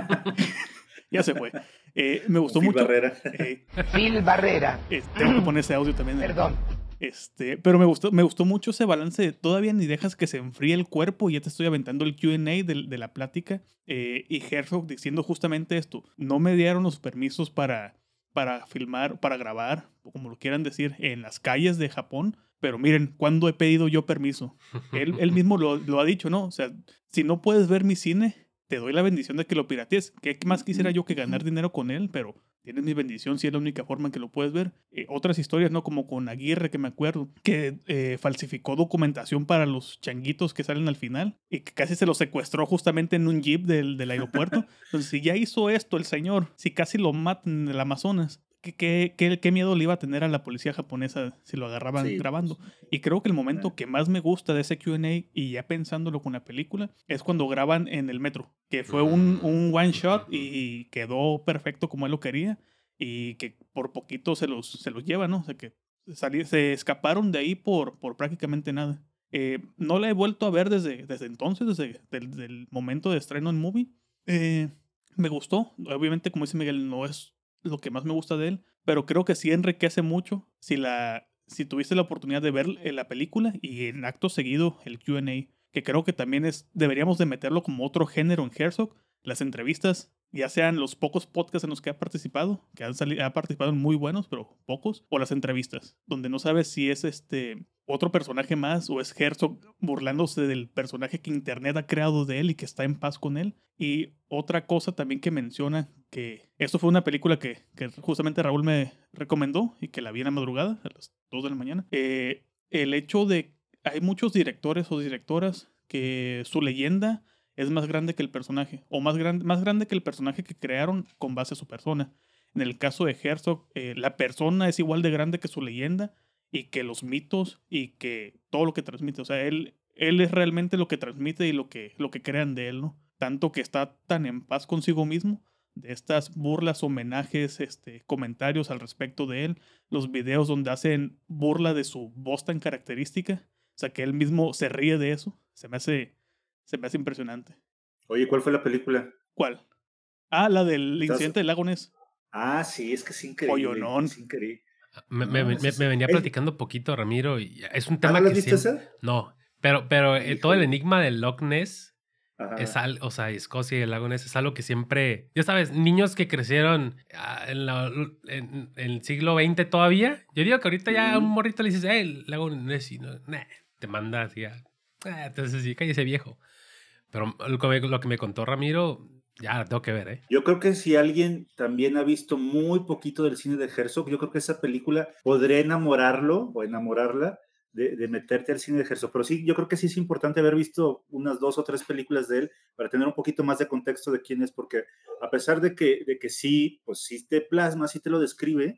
B: Ya se fue. Eh, me gustó
C: Phil
B: mucho.
C: Barrera.
B: Eh,
E: Phil Barrera.
B: Eh, tengo que poner ese audio también.
E: Perdón.
B: Este, pero me gustó, me gustó mucho ese balance de todavía ni dejas que se enfríe el cuerpo y ya te estoy aventando el Q and A de, de la plática. Eh, y Herzog diciendo justamente esto. No me dieron los permisos para, para filmar, para grabar, o como lo quieran decir, en las calles de Japón. Pero miren, ¿cuándo he pedido yo permiso? él, él mismo lo, lo ha dicho, ¿no? O sea, si no puedes ver mi cine, te doy la bendición de que lo piratees. ¿Qué más quisiera yo que ganar dinero con él? Pero tienes mi bendición si es la única forma en que lo puedes ver. Eh, otras historias, ¿no? Como con Aguirre, que me acuerdo, que eh, falsificó documentación para los changuitos que salen al final y que casi se lo secuestró justamente en un jeep del, del aeropuerto. Entonces, si ya hizo esto el señor, si casi lo matan en el Amazonas, ¿Qué, qué, qué, qué miedo le iba a tener a la policía japonesa si lo agarraban
C: Sí.
B: grabando? Y creo que el momento que más me gusta de ese Q and A, y ya pensándolo con la película, es cuando graban en el metro, que fue un, un one shot y quedó perfecto como él lo quería, y que por poquito se los, se los lleva, ¿no? O sea, que salí, se escaparon de ahí por, por prácticamente nada. Eh, no la he vuelto a ver desde, desde entonces, desde el el momento de estreno en Movie. Eh, me gustó. Obviamente, como dice Miguel, no es lo que más me gusta de él, pero creo que sí enriquece mucho si la si tuviste la oportunidad de ver la película y en acto seguido el Q and A, que creo que también es deberíamos de meterlo como otro género en Herzog, las entrevistas, ya sean los pocos podcasts en los que ha participado, que han salido, ha participado en muy buenos, pero pocos, o las entrevistas, donde no sabes si es este otro personaje más o es Herzog burlándose del personaje que Internet ha creado de él y que está en paz con él. Y otra cosa también que menciona, que esto fue una película que, que justamente Raúl me recomendó y que la vi en la madrugada, a las dos de la mañana, eh, el hecho de hay muchos directores o directoras que su leyenda es más grande que el personaje, o más, gran, más grande que el personaje que crearon con base a su persona. En el caso de Herzog, eh, la persona es igual de grande que su leyenda y que los mitos y que todo lo que transmite. O sea, él, él es realmente lo que transmite y lo que, lo que crean de él, ¿no? Tanto que está tan en paz consigo mismo, de estas burlas, homenajes, este, comentarios al respecto de él, los videos donde hacen burla de su voz tan característica, o sea, que él mismo se ríe de eso, se me hace, se me hace impresionante.
C: Oye, ¿cuál fue la película?
B: ¿Cuál? Ah, la del
C: ¿Estás?
B: incidente del lago Ness.
C: Ah, sí, es que es increíble.
B: Joyonón.
C: Es increíble.
A: Me,
C: No,
A: me, me,
C: es-
A: me venía
C: es-
A: platicando poquito, Ramiro, y es un
C: ¿Ah,
A: tema
C: no la has
A: que
C: visto
A: siempre...
C: esa?
A: No, pero, pero eh, todo el
C: Híjole.
A: enigma del Loch Ness
C: Ajá.
A: es al, o sea, Escocia y el lago Ness es algo que siempre, ya sabes, niños que crecieron ah, en, la- en- en el siglo veinte todavía. Yo digo que ahorita ya a un
C: Ujú.
A: morrito le dices, eh, el lago Ness, y no, nah, te manda así a, ah, entonces sí, cállese viejo. Pero lo que, me, lo que me contó Ramiro, ya la tengo que ver, ¿eh?
C: Yo creo que si alguien también ha visto muy poquito del cine de Herzog, yo creo que esa película podría enamorarlo o enamorarla de, de meterte al cine de Herzog. Pero sí, yo creo que sí es importante haber visto unas dos o tres películas de él para tener un poquito más de contexto de quién es, porque a pesar de que, de que sí, pues sí te plasma, sí te lo describe,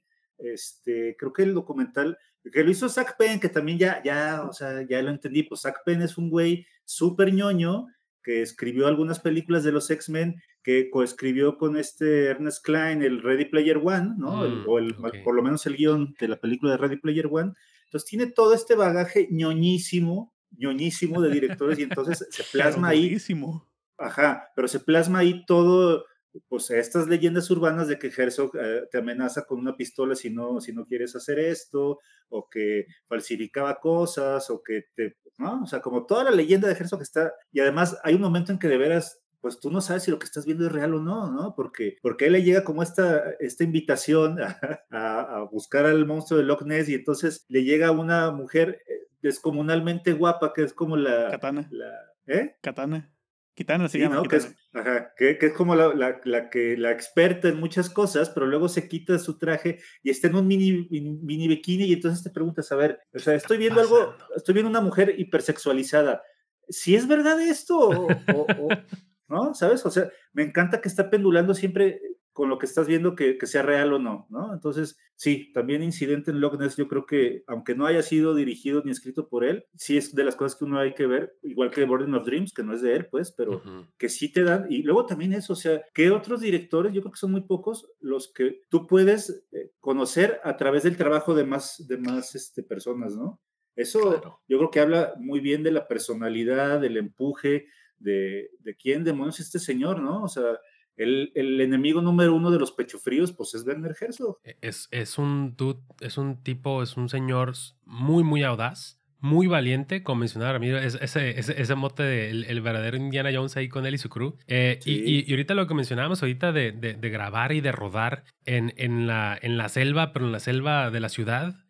C: este, creo que el documental que lo hizo Zach Penn, que también ya, ya, o sea, ya lo entendí, pues Zach Penn es un güey súper ñoño que escribió algunas películas de los X-Men, que coescribió con este Ernest Cline el Ready Player One, ¿no? El,
A: Mm,
C: o el,
A: ok.
C: por lo menos el guión de la película de Ready Player One. Entonces tiene todo este bagaje ñoñísimo, ñoñísimo de directores y entonces se
B: Pero
C: plasma ahí,
B: durísimo.
C: ajá, pero se plasma ahí todo, pues estas leyendas urbanas de que Herzog eh, te amenaza con una pistola si no, si no quieres hacer esto, o que falsificaba cosas, o que te, ¿no? O sea, como toda la leyenda de Herzog está, y además hay un momento en que de veras, pues tú no sabes si lo que estás viendo es real o no, ¿no? Porque, porque a él le llega como esta, esta invitación a, a, a buscar al monstruo de Loch Ness, y entonces le llega una mujer descomunalmente guapa, que es como la...
B: Katana.
C: la ¿eh?
B: Katana. Kitana se
C: Sí,
B: llama,
C: ¿no? Que
B: Kitana.
C: es, ajá, que, que es como la, la, la que la experta en muchas cosas, pero luego se quita su traje y está en un mini, mini, mini bikini y entonces te preguntas, a ver, o sea, estoy viendo algo, estoy viendo una mujer hipersexualizada. ¿Sí es verdad esto? O, o, o, ¿no? ¿Sabes? O sea, me encanta que está pendulando siempre con lo que estás viendo que, que sea real o no, ¿no? Entonces, sí, también Incidente en Loch Ness, yo creo que, aunque no haya sido dirigido ni escrito por él, sí es de las cosas que uno hay que ver, igual que Burden of Dreams, que no es de él, pues, pero uh-huh. que sí te dan, y luego también eso, o sea, que otros directores, yo creo que son muy pocos, los que tú puedes eh, conocer a través del trabajo de más, de más este, personas, ¿no? Eso claro. Yo creo que habla muy bien de la personalidad, del empuje, de, de quién demonios es este señor, ¿no? O sea, El, el enemigo número uno de los pechofríos, pues es Werner Herzog.
A: Es, es un dude, es un tipo, es un señor muy, muy audaz, muy valiente, como mencionaba Ramiro, es, ese, ese, ese mote de el, el verdadero Indiana Jones ahí con él y su crew. Eh, sí. y, y, y ahorita lo que mencionábamos ahorita de, de, de grabar y de rodar en, en, la, en la selva, pero en la selva de la ciudad,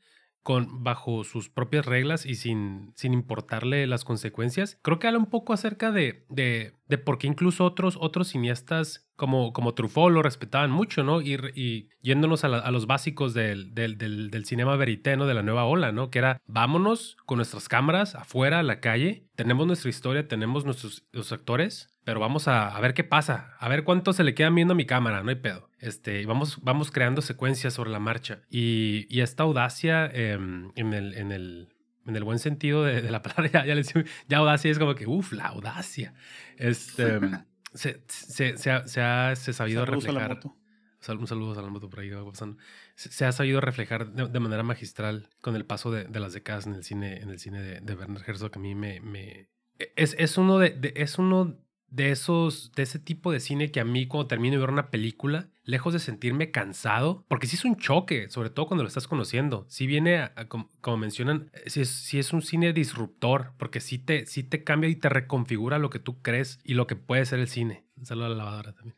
A: con, bajo sus propias reglas y sin, sin importarle las consecuencias. Creo que habla un poco acerca de, de, de por qué incluso otros, otros cineastas como, como Truffaut lo respetaban mucho, ¿no? Y, y yéndonos a, la, a los básicos del, del, del, del cinema verité, ¿no? De la nueva ola, ¿no? Que era, vámonos con nuestras cámaras afuera, a la calle, tenemos nuestra historia, tenemos nuestros los actores, pero vamos a, a ver qué pasa, a ver cuánto se le quedan viendo a mi cámara, no hay pedo. Este, vamos, vamos creando secuencias sobre la marcha. Y, y esta audacia eh, en, el, en, el, en el buen sentido de, de la palabra, ya, ya, les, ya audacia es como que, uff, la audacia. Este, se, se, se, ha, se ha se sabido
B: Saludos
A: reflejar.
B: A la moto.
A: Un saludo a la moto por ahí. Se, se ha sabido reflejar de, de manera magistral con el paso de, de las décadas en el cine, en el cine de, de Werner Herzog. A mí me... me es, es uno de, de es uno de esos, de ese tipo de cine que a mí cuando termino de ver una película, lejos de sentirme cansado, porque sí es un choque, sobre todo cuando lo estás conociendo. Sí viene, a, a, como, como mencionan, sí es, sí es un cine disruptor, porque sí te, sí te cambia y te reconfigura lo que tú crees y lo que puede ser el cine. Un saludo a la lavadora también.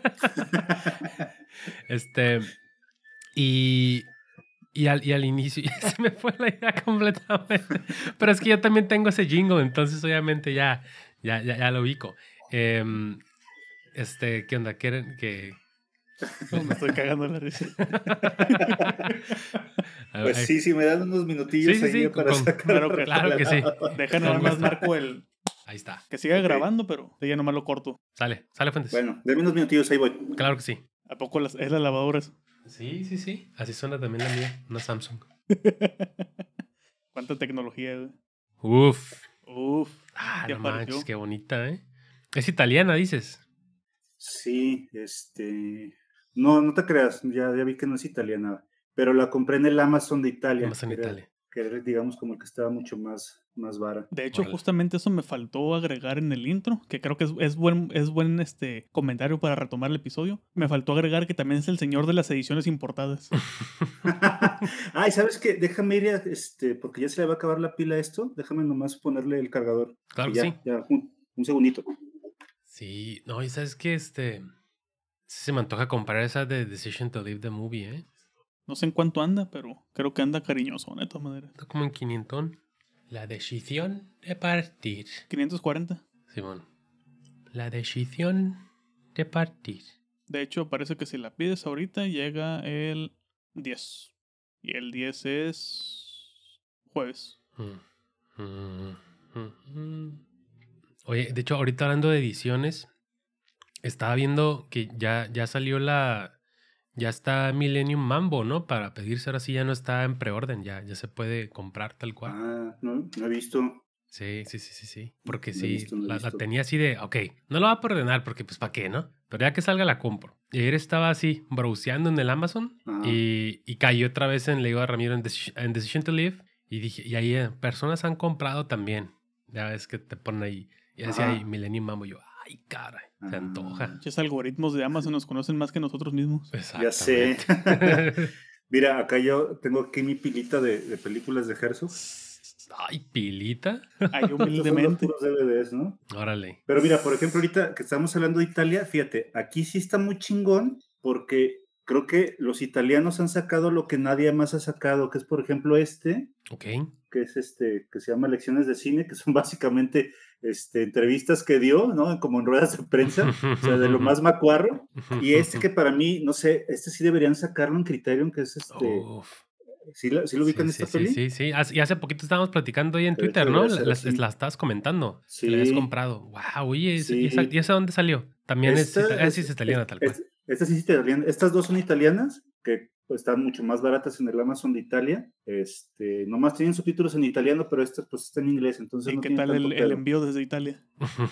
A: este, y... Y al, y al inicio se me fue la idea completamente. Pero es que yo también tengo ese jingle, entonces obviamente ya, ya, ya, ya lo ubico. Eh, este, ¿qué onda? ¿Quieren que...?
B: No, me estoy cagando la risa.
C: Pues sí, si me dan unos minutillos
A: sí, sí,
C: ahí
A: sí,
C: para
A: con,
C: sacar.
A: Claro, claro que sí.
B: Deja nada más marco el...
A: Ahí está.
B: Que siga
C: Ok.
B: grabando, pero ya nomás lo corto.
A: Sale, sale Fuentes.
C: Bueno, denme unos minutillos, ahí voy.
A: Claro que sí.
B: ¿A poco las, es la lavadora eso?
A: Sí, sí, sí. Así suena también la mía, una Samsung.
B: Cuánta tecnología, güey.
A: Uf.
B: Uf.
A: Ah,
B: ¿Qué
A: no
B: apareció?
A: manches, qué bonita, ¿eh? Es italiana, dices.
C: Sí, este... No, no te creas, ya, ya vi que no es italiana, pero la compré en el Amazon de Italia.
A: Amazon
C: que era-
A: Italia.
C: Que era, digamos, como el que estaba mucho más, más vara.
B: De hecho,
A: Órale.
B: justamente eso me faltó agregar en el intro, que creo que es, es buen, es buen este, comentario para retomar el episodio. Me faltó agregar que también es el señor de las ediciones importadas.
C: Ay, ¿sabes qué? Déjame ir, a, este, porque ya se le va a acabar la pila a esto. Déjame nomás ponerle el cargador.
A: Claro
C: Y
A: que
C: ya,
A: sí.
C: ya, un, un segundito.
A: Sí, no, y sabes que este... Sí se me antoja comprar esa de Decision to Leave the Movie, ¿eh?
B: No sé en cuánto anda, pero creo que anda cariñoso, de todas maneras.
A: Está como en quinientón. La decisión de partir.
B: quinientos cuarenta.
A: Simón. La decisión de partir.
B: De hecho, parece que si la pides ahorita llega el diez. Y el diez es jueves.
A: Mm, mm, mm, mm. Oye, de hecho, ahorita hablando de ediciones, estaba viendo que ya, ya salió la... Ya está Millennium Mambo, ¿no? Para pedirse, ahora sí ya no está en preorden, ya, ya se puede comprar tal cual.
C: Ah, no, no he visto.
A: Sí, sí, sí, sí, sí. Porque
C: No he
A: sí,
C: visto, no he
A: la, la
C: visto.
A: tenía así de, ok, no lo voy a ordenar porque pues ¿para qué, no? Pero ya que salga la compro. Y ayer estaba así, browseando en el Amazon
C: Ajá.
A: y, y caí otra vez en, le digo a Ramiro, en, Deci- en Decision to Live y dije, y ahí eh, personas han comprado también. Ya ves que te ponen ahí, y decía
C: Ajá.
A: ahí Millennium Mambo, yo, ay, caray, se
C: Ah.
A: antoja.
B: Muchos algoritmos de Amazon nos conocen más que nosotros mismos.
C: Ya sé.
A: Exactamente.
C: Mira, acá yo tengo aquí mi pilita de, de películas de Herzog.
A: Ay, pilita.
B: Ahí
C: Estos son los
B: humildemente.
C: puros D V Ds, ¿no?
A: Órale.
C: Pero mira, por ejemplo, ahorita que estamos hablando de Italia, fíjate, aquí sí está muy chingón porque creo que los italianos han sacado lo que nadie más ha sacado, que es, por ejemplo, este,
A: Ok.
C: que es este, que se llama Lecciones de Cine, que son básicamente este, entrevistas que dio, ¿no? Como en ruedas de prensa, o sea, de lo más macuarro. Y este que para mí, no sé, este sí deberían sacarlo en Criterion, que es este,
A: Uf.
C: ¿sí, la, sí lo ubican
A: Sí,
C: esta
A: sí,
C: peli?
A: sí, sí, sí. Hace- Y hace poquito estábamos platicando ahí en
C: Que de hecho
A: Twitter, ¿no?
C: debería
A: La,
C: ser
A: las-
C: así.
A: la estabas comentando.
C: Sí.
A: Que la habías comprado. Wow, oye, ¿esa-
C: Sí.
A: ¿y esa, y esa dónde salió? También
C: Esta
A: es, ita- ah,
C: es-
A: sí, es italiana,
C: es-
A: tal cual.
C: es- Estas sí es italiana. Estas dos son italianas, que pues, están mucho más baratas en el Amazon de Italia. Este, nomás tienen subtítulos en italiano, pero estas pues están en inglés, entonces
B: ¿Y
C: no
B: qué
C: tiene
B: tal
C: tanto
B: el, el
C: pedo.
B: envío desde Italia?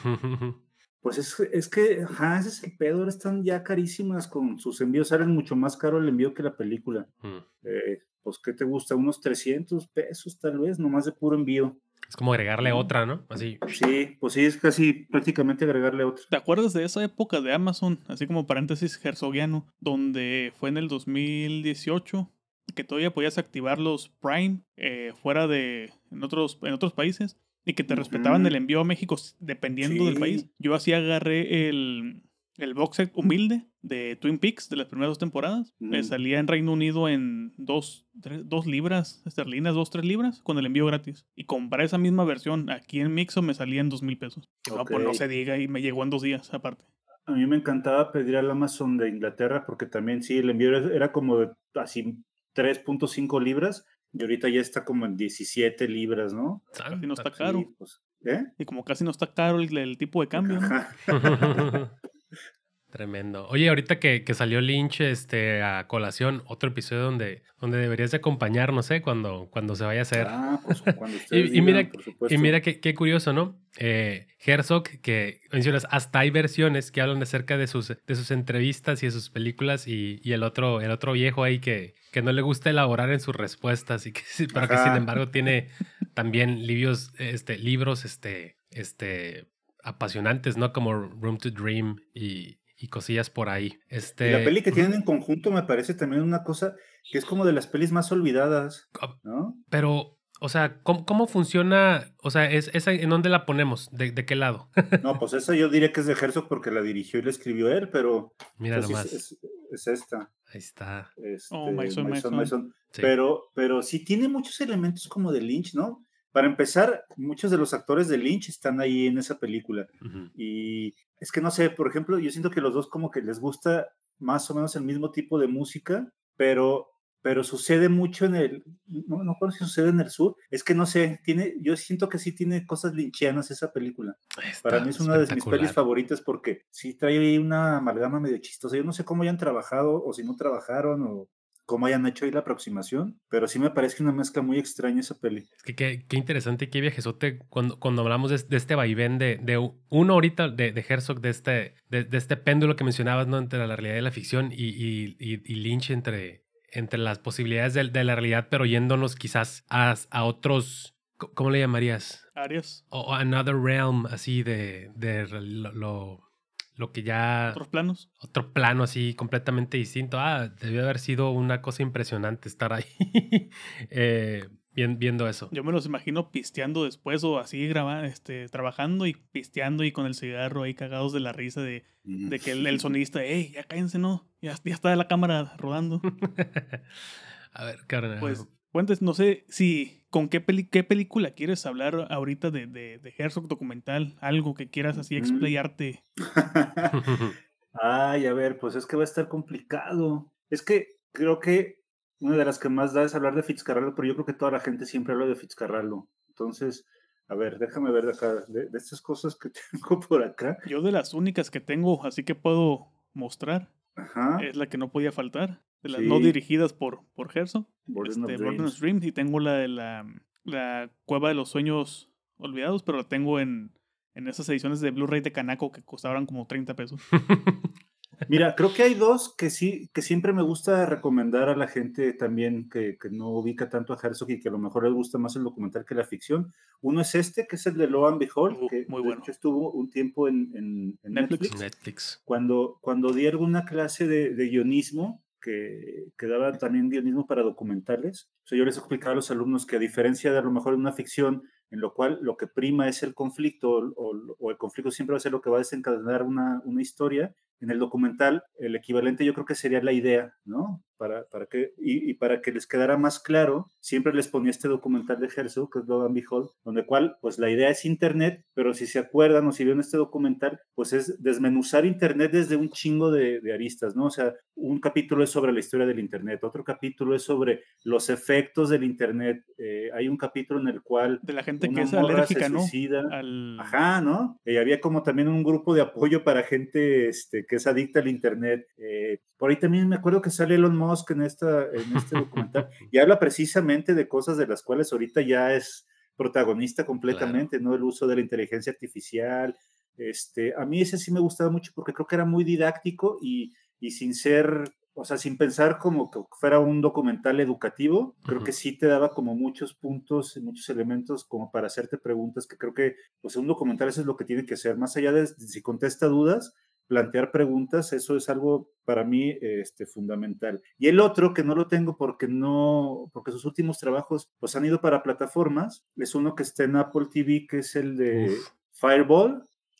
C: Pues es, es que, ajá, ese es el pedo, ahora están ya carísimas con sus envíos, salen mucho más caro el envío que la película.
A: Mm.
C: Eh, pues, ¿qué te gusta? Unos trescientos pesos tal vez, nomás de puro envío.
A: Es como agregarle
C: Mm.
A: otra, ¿no? Así.
C: Sí, pues sí, es casi prácticamente agregarle otro.
B: ¿Te acuerdas de esa época de Amazon, así como paréntesis herzogiano, donde fue en el dos mil dieciocho que todavía podías activar los Prime eh, fuera de en otros en otros países y que te
C: Ujú.
B: respetaban el envío a México dependiendo del
C: Sí.
B: país? Yo así agarré el el box set humilde de Twin Peaks de las primeras dos temporadas.
C: Mm.
B: Me salía en Reino Unido en dos, tres, dos libras esterlinas, dos, tres libras, con el envío gratis. Y compré esa misma versión aquí en Mixo me salía en dos mil pesos. Y no,
C: Ok.
B: pues no se diga, y me llegó en dos días aparte.
C: A mí me encantaba pedir al Amazon de Inglaterra porque también sí, el envío era era como de así tres punto cinco libras y ahorita ya está como en diecisiete libras, ¿no?
B: Casi no está
A: Santa.
B: caro.
C: Sí, pues, ¿eh?
B: Y como casi no está caro el, el tipo de cambio, ¿no?
C: Ajá.
A: Tremendo. Oye, ahorita que, que salió Lynch este, a colación, otro episodio donde, donde deberías de acompañarnos, ¿eh? Cuando, cuando se vaya a hacer.
C: Ah, pues cuando
A: Y,
C: ustedes
A: y
C: digan,
A: mira,
C: por supuesto.
A: y mira qué, qué curioso, ¿no? Eh, Herzog, que mencionas, hasta hay versiones que hablan acerca de sus, de sus entrevistas y de sus películas, y, y el otro, el otro viejo ahí que, que no le gusta elaborar en sus respuestas, y que, pero que
C: Ajá.
A: sin embargo tiene también libros, este, libros este, este, apasionantes, ¿no? Como Room to Dream y, y cosillas por ahí. Este,
C: Y la peli que tienen en conjunto me parece también una cosa que es como de las pelis más olvidadas, ¿no?
A: Pero, o sea, ¿cómo, cómo funciona? O sea, ¿es, esa, ¿en dónde la ponemos? ¿De, de qué lado?
C: No, pues esa yo diría que es de Herzog porque la dirigió y la escribió él, pero
A: Mira
C: o sea, sí
A: nomás.
C: es, es, es esta.
A: Ahí está.
C: Este,
B: Oh, My Son, My
C: My Son,
B: Son.
C: My Son.
A: Sí.
C: Pero, pero sí tiene muchos elementos como de Lynch, ¿no? Para empezar, muchos de los actores de Lynch están ahí en esa película.
A: Ujú.
C: Y es que no sé, por ejemplo, yo siento que los dos como que les gusta más o menos el mismo tipo de música, pero, pero sucede mucho en el, no, no creo si sucede en el sur, es que no sé, tiene, yo siento que sí tiene cosas lynchianas esa película.
A: Está
C: Para mí es una de mis
A: espectacular.
C: pelis favoritas porque sí trae ahí una amalgama medio chistosa. Yo no sé cómo hayan trabajado o si no trabajaron o cómo hayan hecho ahí la aproximación, pero sí me parece una mezcla muy extraña esa peli.
A: Es que qué, qué interesante y qué viajesote cuando, cuando hablamos de, de este vaivén de, de uno ahorita de, de Herzog, de este, de, de este péndulo que mencionabas, ¿no? Entre la realidad y la ficción y, y, y, y Lynch entre, entre las posibilidades de, de la realidad, pero yéndonos quizás a, a otros, ¿cómo le llamarías?
B: Arias,
A: O another realm, así de, de lo, lo, lo que ya...
B: otros planos.
A: Otro plano así completamente distinto. Ah, debió haber sido una cosa impresionante estar ahí eh, bien- viendo eso.
B: Yo me los imagino pisteando después o así grabando, este, trabajando y pisteando y con el cigarro ahí cagados de la risa de, de que el, el sonidista, hey, ya cállense, ¿no? Ya, ya está la cámara rodando.
A: A ver, carnal.
B: Pues, cuentes, no sé si, ¿con qué, peli qué película quieres hablar ahorita de, de, de Herzog documental? Algo que quieras así
C: Ujú.
B: explayarte.
C: Ay, a ver, pues es que va a estar complicado. Es que creo que una de las que más da es hablar de Fitzcarraldo, pero yo creo que toda la gente siempre habla de Fitzcarraldo. Entonces, a ver, déjame ver de acá, de, de estas cosas que tengo por acá.
B: Yo de las únicas que tengo, así que puedo mostrar,
C: Ajá.
B: es la que no podía faltar. De las
C: Sí.
B: no dirigidas por, por Herzog.
C: Burden of
B: Este, Burden
C: Dreams.
B: of Dreams. Y tengo la de la, la Cueva de los Sueños Olvidados, pero la tengo en, en esas ediciones de Blu-ray de Canaco que costaban como treinta pesos.
C: Mira, creo que hay dos que sí, que siempre me gusta recomendar a la gente también que, que no ubica tanto a Herzog y que a lo mejor les gusta más el documental que la ficción. Uno es este, que es el de Lo and Behold,
B: Uh,
C: que
B: muy
C: de
B: bueno.
C: hecho estuvo un tiempo en, en- en
B: Netflix.
C: Netflix.
A: Netflix.
C: Cuando, cuando di alguna clase de, de guionismo, que, que daba también guionismo para documentales, o sea, yo les explicaba a los alumnos que a diferencia de a lo mejor de una ficción, en lo cual lo que prima es el conflicto o, o el conflicto siempre va a ser lo que va a desencadenar una, una historia, en el documental el equivalente yo creo que sería la idea, ¿no? Para, para que, y, y para que les quedara más claro, siempre les ponía este documental de Herzog, que es Lo and Behold, donde cual, pues la idea es Internet, pero si se acuerdan o si vieron este documental, pues es desmenuzar Internet desde un chingo de, de aristas, ¿no? O sea, un capítulo es sobre la historia del Internet, otro capítulo es sobre los efectos del Internet, eh, hay un capítulo en el cual
B: De la gente
C: una
B: que es
C: morra
B: alérgica,
C: se
B: ¿no?
C: suicida.
B: Al...
C: Ajá, ¿no? Y había como también un grupo de apoyo para gente este, que es adicta al Internet. Eh, por ahí también me acuerdo que sale Elon Musk en, esta, en este documental y habla precisamente de cosas de las cuales ahorita ya es protagonista completamente, ¿no? El uso de la inteligencia artificial. Este, a mí ese sí me gustaba mucho porque creo que era muy didáctico y, y sin ser, o sea, sin pensar como que fuera un documental educativo, creo
A: Ujú.
C: que sí te daba como muchos puntos, muchos elementos como para hacerte preguntas que creo que, pues un documental eso es lo que tiene que ser, más allá de si contesta dudas, plantear preguntas, eso es algo para mí este, fundamental. Y el otro, que no lo tengo porque no, porque sus últimos trabajos pues han ido para plataformas, es uno que está en Apple T V, que es el de
A: Uf.
C: Fireball,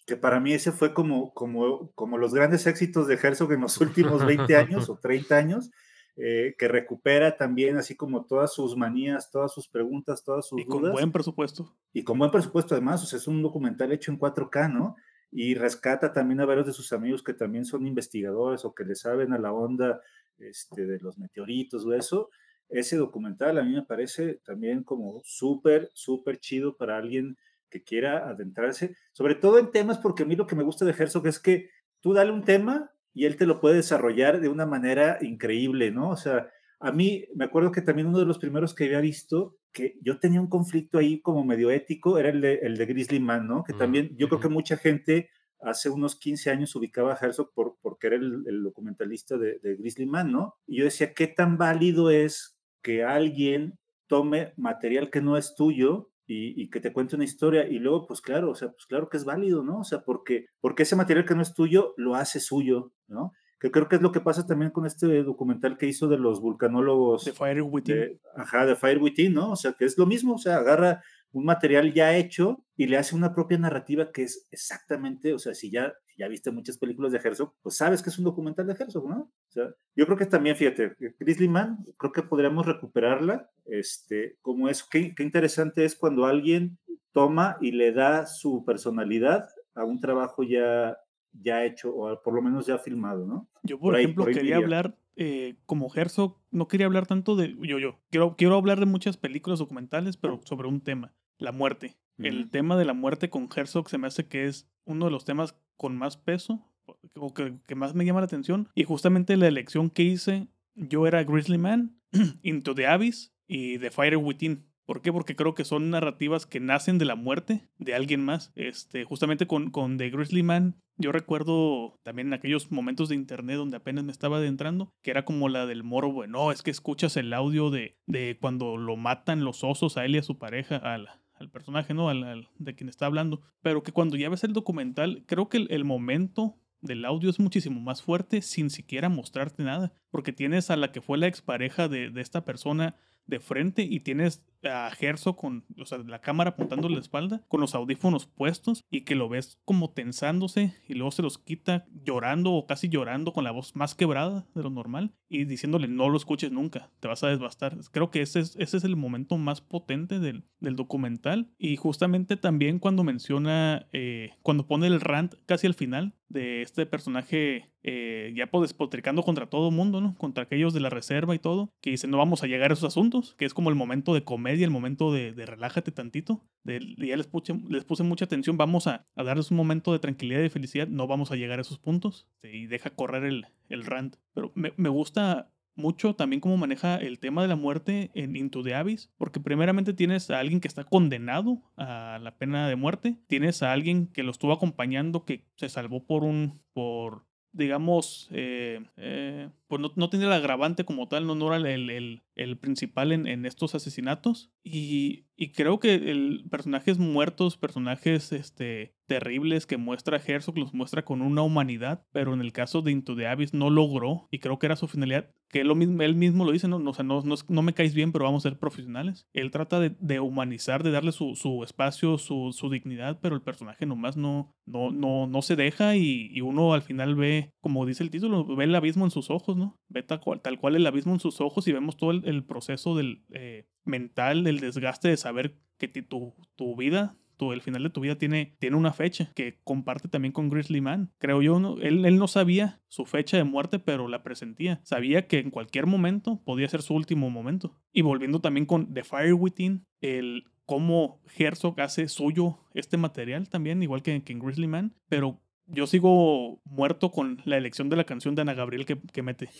C: que para mí ese fue como, como, como los grandes éxitos de Herzog en los últimos veinte años o treinta años, eh, que recupera también así como todas sus manías, todas sus preguntas, todas sus
B: y con
C: dudas.
B: buen presupuesto.
C: Y con buen presupuesto además, o sea, es un documental hecho en cuatro K, ¿no? Y rescata también a varios de sus amigos que también son investigadores o que le saben a la onda este, de los meteoritos o eso. Ese documental a mí me parece también como súper, súper chido para alguien que quiera adentrarse, sobre todo en temas, porque a mí lo que me gusta de Herzog es que tú dale un tema y él te lo puede desarrollar de una manera increíble, ¿no? O sea, a mí me acuerdo que también uno de los primeros que había visto, que yo tenía un conflicto ahí como medio ético, era el de, el de Grizzly Man, ¿no? Que también yo creo que mucha gente hace unos quince años ubicaba a Herzog por, porque era el, el documentalista de, de Grizzly Man, ¿no? Y yo decía, ¿qué tan válido es que alguien tome material que no es tuyo y, y que te cuente una historia? Y luego, pues claro, o sea, pues claro que es válido, ¿no? O sea, porque, porque ese material que no es tuyo lo hace suyo, ¿no? Que creo que es lo que pasa también con este documental que hizo de los vulcanólogos.
B: The Fire Within.
C: De, ajá, de Fire Within, ¿no? O sea, que es lo mismo, o sea, agarra un material ya hecho y le hace una propia narrativa que es exactamente, o sea, si ya, si ya viste muchas películas de Herzog, pues sabes que es un documental de Herzog, ¿no? O sea, yo creo que también, fíjate, Grizzly Man, creo que podríamos recuperarla, este, como es, qué, qué interesante es cuando alguien toma y le da su personalidad a un trabajo ya ya hecho, o por lo menos ya filmado, ¿no?
B: Yo, por,
C: por
B: ejemplo,
C: ahí, por
B: quería hablar, eh, como Herzog, no quería hablar tanto de, yo, yo, quiero, quiero hablar de muchas películas documentales, pero sobre un tema, la muerte. Uh-huh. El tema de la muerte con Herzog se me hace que es uno de los temas con más peso, o que, que más me llama la atención, y justamente la elección que hice, yo era Grizzly Man, Into the Abyss y The Fire Within. ¿Por qué? Porque creo que son narrativas que nacen de la muerte de alguien más. Este, justamente con, con The Grizzly Man, yo recuerdo también en aquellos momentos de internet donde apenas me estaba adentrando, que era como la del morbo. No, es que escuchas el audio de, de cuando lo matan los osos a él y a su pareja, al, al personaje, ¿no? Al, al, de quien está hablando. Pero que cuando ya ves el documental, creo que el, el momento del audio es muchísimo más fuerte sin siquiera mostrarte nada. Porque tienes a la que fue la expareja de, de esta persona de frente y tienes a Herzog con, o sea, la cámara apuntando la espalda, con los audífonos puestos y que lo ves como tensándose y luego se los quita llorando o casi llorando con la voz más quebrada de lo normal y diciéndole no lo escuches nunca, te vas a desbastar. Creo que ese es, ese es el momento más potente del, del documental y justamente también cuando menciona, eh, cuando pone el rant casi al final de este personaje eh, ya despotricando contra todo el mundo, ¿no? Contra aquellos de la reserva y todo, que dice no vamos a llegar a esos asuntos, que es como el momento de comedia, el momento de, de relájate tantito, de, ya les puse, les puse mucha atención, vamos a, a darles un momento de tranquilidad y felicidad, no vamos a llegar a esos puntos, sí, y deja correr el, el rant. Pero me, me gusta mucho también cómo maneja el tema de la muerte en Into the Abyss, porque primeramente tienes a alguien que está condenado a la pena de muerte, tienes a alguien que lo estuvo acompañando que se salvó por un, por digamos, eh, eh, pues no, no tenía el agravante como tal, no, no era el, el, el principal en, en estos asesinatos. Y, y creo que el personajes muertos, personajes este, terribles que muestra Herzog, los muestra con una humanidad, pero en el caso de Into the Abyss no logró, y creo que era su finalidad, que él, lo mismo, él mismo lo dice, no, no, o sea, no, no, no me caes bien, pero vamos a ser profesionales. Él trata de, de humanizar, de darle su, su espacio, su, su dignidad, pero el personaje nomás no, no, no, no se deja y, y uno al final ve, como dice el título, ve el abismo en sus ojos, ¿no? Ve tal cual, tal cual el abismo en sus ojos y vemos todo el, el proceso del eh, mental, del desgaste de saber que tu, tu vida, tu, el final de tu vida tiene, tiene una fecha que comparte también con Grizzly Man. Creo yo, ¿no? Él, él no sabía su fecha de muerte, pero la presentía. Sabía que en cualquier momento podía ser su último momento. Y volviendo también con The Fire Within, el cómo Herzog hace suyo este material también, igual que, que en Grizzly Man, pero yo sigo muerto con la elección de la canción de Ana Gabriel que, que mete.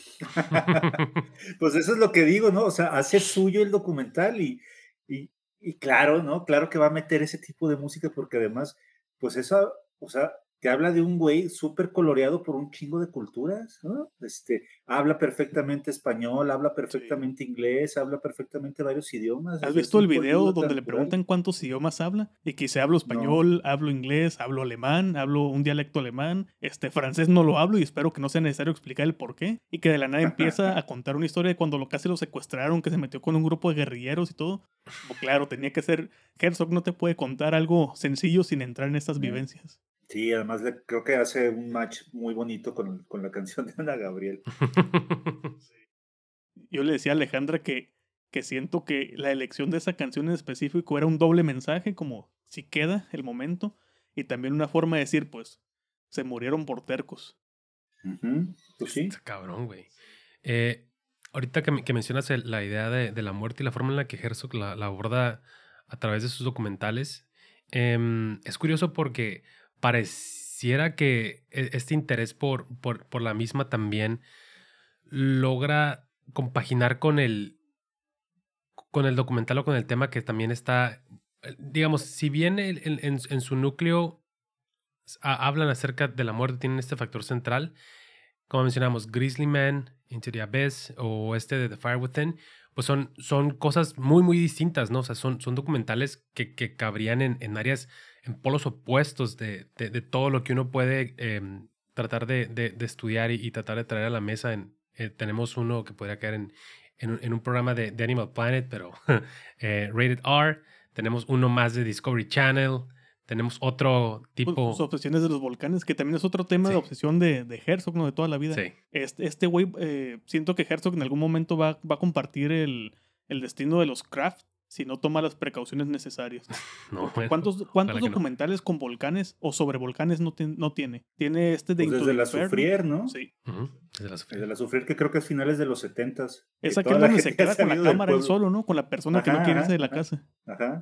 C: Pues eso es lo que digo, ¿no? O sea, hace suyo el documental y, y, y claro, ¿no? Claro que va a meter ese tipo de música porque además, pues eso, o sea, te habla de un güey súper coloreado por un chingo de culturas, ¿no? Este, habla perfectamente español, habla perfectamente sí. inglés, habla perfectamente varios idiomas.
B: ¿Has visto el video donde le preguntan cuántos idiomas habla? Y que dice, hablo español, no. hablo inglés, hablo alemán, hablo un dialecto alemán, este, francés no lo hablo y espero que no sea necesario explicar el por qué. Y que de la nada empieza a contar una historia de cuando lo casi lo secuestraron, que se metió con un grupo de guerrilleros y todo. Pues claro, tenía que ser, Herzog no te puede contar algo sencillo sin entrar en estas vivencias.
C: Sí, además le, creo que hace un match muy bonito con, con la canción de Ana Gabriel.
B: Yo le decía a Alejandra que, que siento que la elección de esa canción en específico era un doble mensaje, como si queda el momento, y también una forma de decir, pues, se murieron por tercos.
C: Uh-huh. Pues sí.
A: Está cabrón, güey. Eh, ahorita que, que mencionas el, la idea de, de la muerte y la forma en la que Herzog la, la aborda a través de sus documentales, eh, es curioso porque pareciera que este interés por, por, por la misma también logra compaginar con el, con el documental o con el tema que también está, digamos, si bien el, el, en, en su núcleo a, hablan acerca de la muerte, tienen este factor central, como mencionamos, Grizzly Man, Into the Abyss o este de The Fire Within, pues son, son cosas muy, muy distintas, ¿no? O sea, son, son documentales que, que cabrían en, en áreas, en polos opuestos de, de, de todo lo que uno puede eh, tratar de, de, de estudiar y, y tratar de traer a la mesa. En, eh, tenemos uno que podría caer en, en, un, en un programa de, de Animal Planet, pero eh, Rated R. Tenemos uno más de Discovery Channel. Tenemos otro tipo...
B: Pues, sus obsesiones de los volcanes, que también es otro tema
A: Sí.
B: de obsesión de, de Herzog, ¿no? De toda la vida.
A: Sí.
B: Este este güey, eh, siento que Herzog en algún momento va, va a compartir el, el destino de los Kraft si no toma las precauciones necesarias.
A: No,
B: Porque
A: bueno,
B: ¿Cuántos, cuántos
A: ojalá que no.
B: documentales con volcanes o sobre volcanes no, ten- no tiene? Tiene este de
C: Pues
B: Into
C: desde
B: the
C: la
B: Inferno.
C: Sufrier, ¿no?
B: Sí.
A: Ujú, desde la sufrida.
C: Desde la Sufrier, que creo que es finales de los setentas.
B: Esa que
C: toda
B: es
C: la
B: donde
C: gente
B: se queda
C: ya se
B: con
C: ha
B: la
C: ido del
B: cámara él
C: pueblo.
B: solo, ¿no? Con la persona que no
C: Ajá,
B: quiere irse de la
C: ajá,
B: casa.
C: Ajá.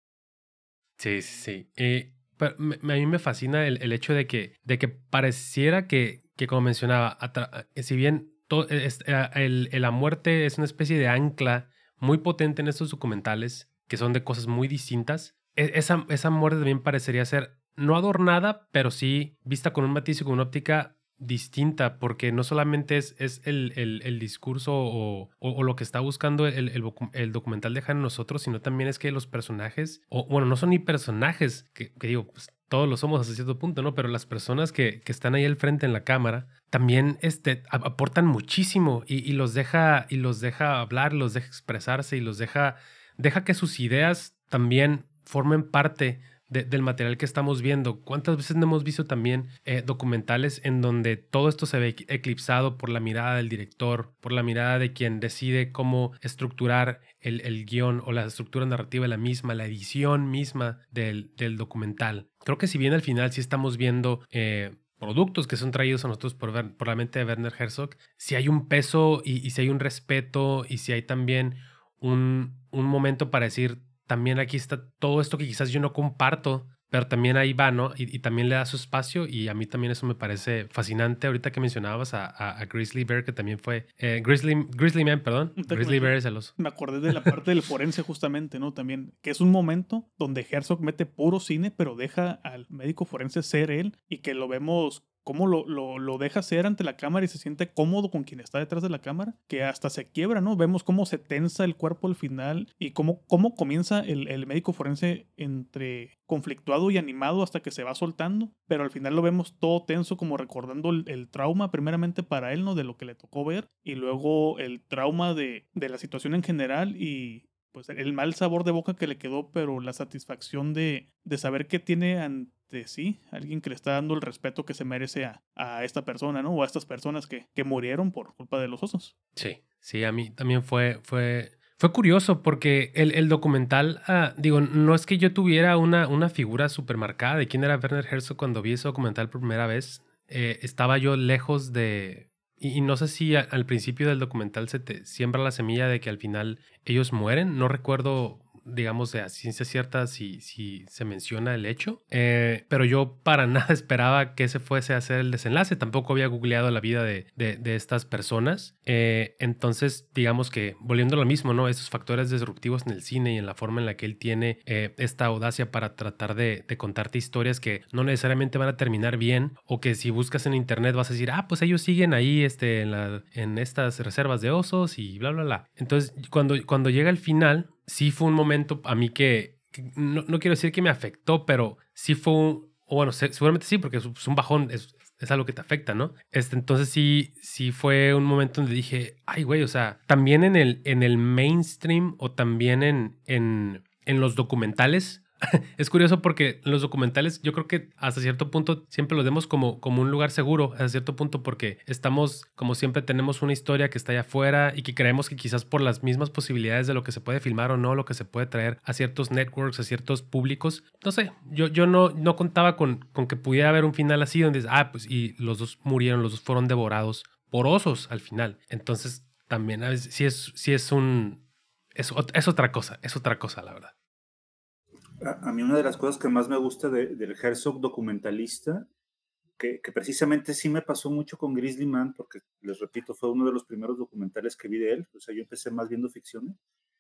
A: Sí, sí, sí. Eh, pero me- a mí me fascina el, el hecho de que, de que pareciera que, que como mencionaba, atra- si bien to- es- eh, el, el- la muerte es una especie de ancla muy potente en estos documentales, que son de cosas muy distintas, e- esa, esa muerte también parecería ser no adornada, pero sí vista con un matiz y con una óptica distinta, porque no solamente es, es el, el, el discurso o, o, o lo que está buscando el, el, docu- el documental deja en nosotros, sino también es que los personajes, o bueno, no son ni personajes, que, que digo, pues todos lo somos hasta cierto punto, ¿no? Pero las personas que, que están ahí al frente en la cámara también este, a- aportan muchísimo y, y los deja, y los deja hablar, los deja expresarse y los deja, deja que sus ideas también formen parte de, del material que estamos viendo. ¿Cuántas veces no hemos visto también eh, documentales en donde todo esto se ve eclipsado por la mirada del director, por la mirada de quien decide cómo estructurar el, el guión o la estructura narrativa de la misma, la edición misma del, del documental? Creo que si bien al final sí estamos viendo eh, productos que son traídos a nosotros por, Ver, por la mente de Werner Herzog, si hay un peso y, y si hay un respeto y si hay también un, un momento para decir, también aquí está todo esto que quizás yo no comparto, pero también ahí va, ¿no? Y, y también le da su espacio y a mí también eso me parece fascinante. Ahorita que mencionabas a, a, a Grizzly Bear, que también fue... Eh, Grizzly, Grizzly Man, perdón. Grizzly Bear es el oso.
B: Me acordé de la parte del forense justamente, ¿no? También, que es un momento donde Herzog mete puro cine, pero deja al médico forense ser él y que lo vemos cómo lo, lo, lo deja ser ante la cámara y se siente cómodo con quien está detrás de la cámara, que hasta se quiebra, ¿no? Vemos cómo se tensa el cuerpo al final y cómo, cómo comienza el, el médico forense entre conflictuado y animado hasta que se va soltando, pero al final lo vemos todo tenso, como recordando el, el trauma primeramente para él, ¿no? De lo que le tocó ver y luego el trauma de, de la situación en general y pues el mal sabor de boca que le quedó, pero la satisfacción de, de saber que tiene ante sí alguien que le está dando el respeto que se merece a, a esta persona, ¿no? O a estas personas que, que murieron por culpa de los osos.
A: Sí, sí, a mí también fue, fue, fue curioso porque el, el documental, ah, digo, no es que yo tuviera una, una figura súper marcada de quién era Werner Herzog cuando vi ese documental por primera vez. Eh, estaba yo lejos de... Y, y no sé si a, al principio del documental se te siembra la semilla de que al final ellos mueren. No recuerdo, digamos, de a ciencia cierta si, si se menciona el hecho. Eh, pero yo para nada esperaba que ese fuese a ser el desenlace. Tampoco había googleado la vida de, de, de estas personas. Eh, entonces, digamos que, volviendo a lo mismo, ¿no? Esos factores disruptivos en el cine y en la forma en la que él tiene eh, esta audacia para tratar de, de contarte historias que no necesariamente van a terminar bien o que si buscas en internet vas a decir, ah, pues ellos siguen ahí este, en, la, en estas reservas de osos y bla, bla, bla. Entonces, cuando, cuando llega el final, sí fue un momento a mí que, que no, no quiero decir que me afectó, pero sí fue un, o bueno, seguramente sí, porque es un bajón, es, es algo que te afecta, ¿no? Este, entonces sí, sí fue un momento donde dije, ay, güey, o sea, también en el, en el mainstream o también en, en, en los documentales Es curioso porque los documentales yo creo que hasta cierto punto siempre los vemos como, como un lugar seguro, hasta cierto punto, porque estamos, como siempre tenemos una historia que está allá afuera y que creemos que quizás por las mismas posibilidades de lo que se puede filmar o no, lo que se puede traer a ciertos networks, a ciertos públicos, no sé, yo, yo no, no contaba con, con que pudiera haber un final así donde, ah, pues y los dos murieron, los dos fueron devorados por osos al final. Entonces también a veces sí es, sí es un, es, es otra cosa, es otra cosa la verdad.
C: A, a mí una de las cosas que más me gusta de, del Herzog documentalista, que, que precisamente sí me pasó mucho con Grizzly Man, porque les repito, fue uno de los primeros documentales que vi de él, o sea, yo empecé más viendo ficciones,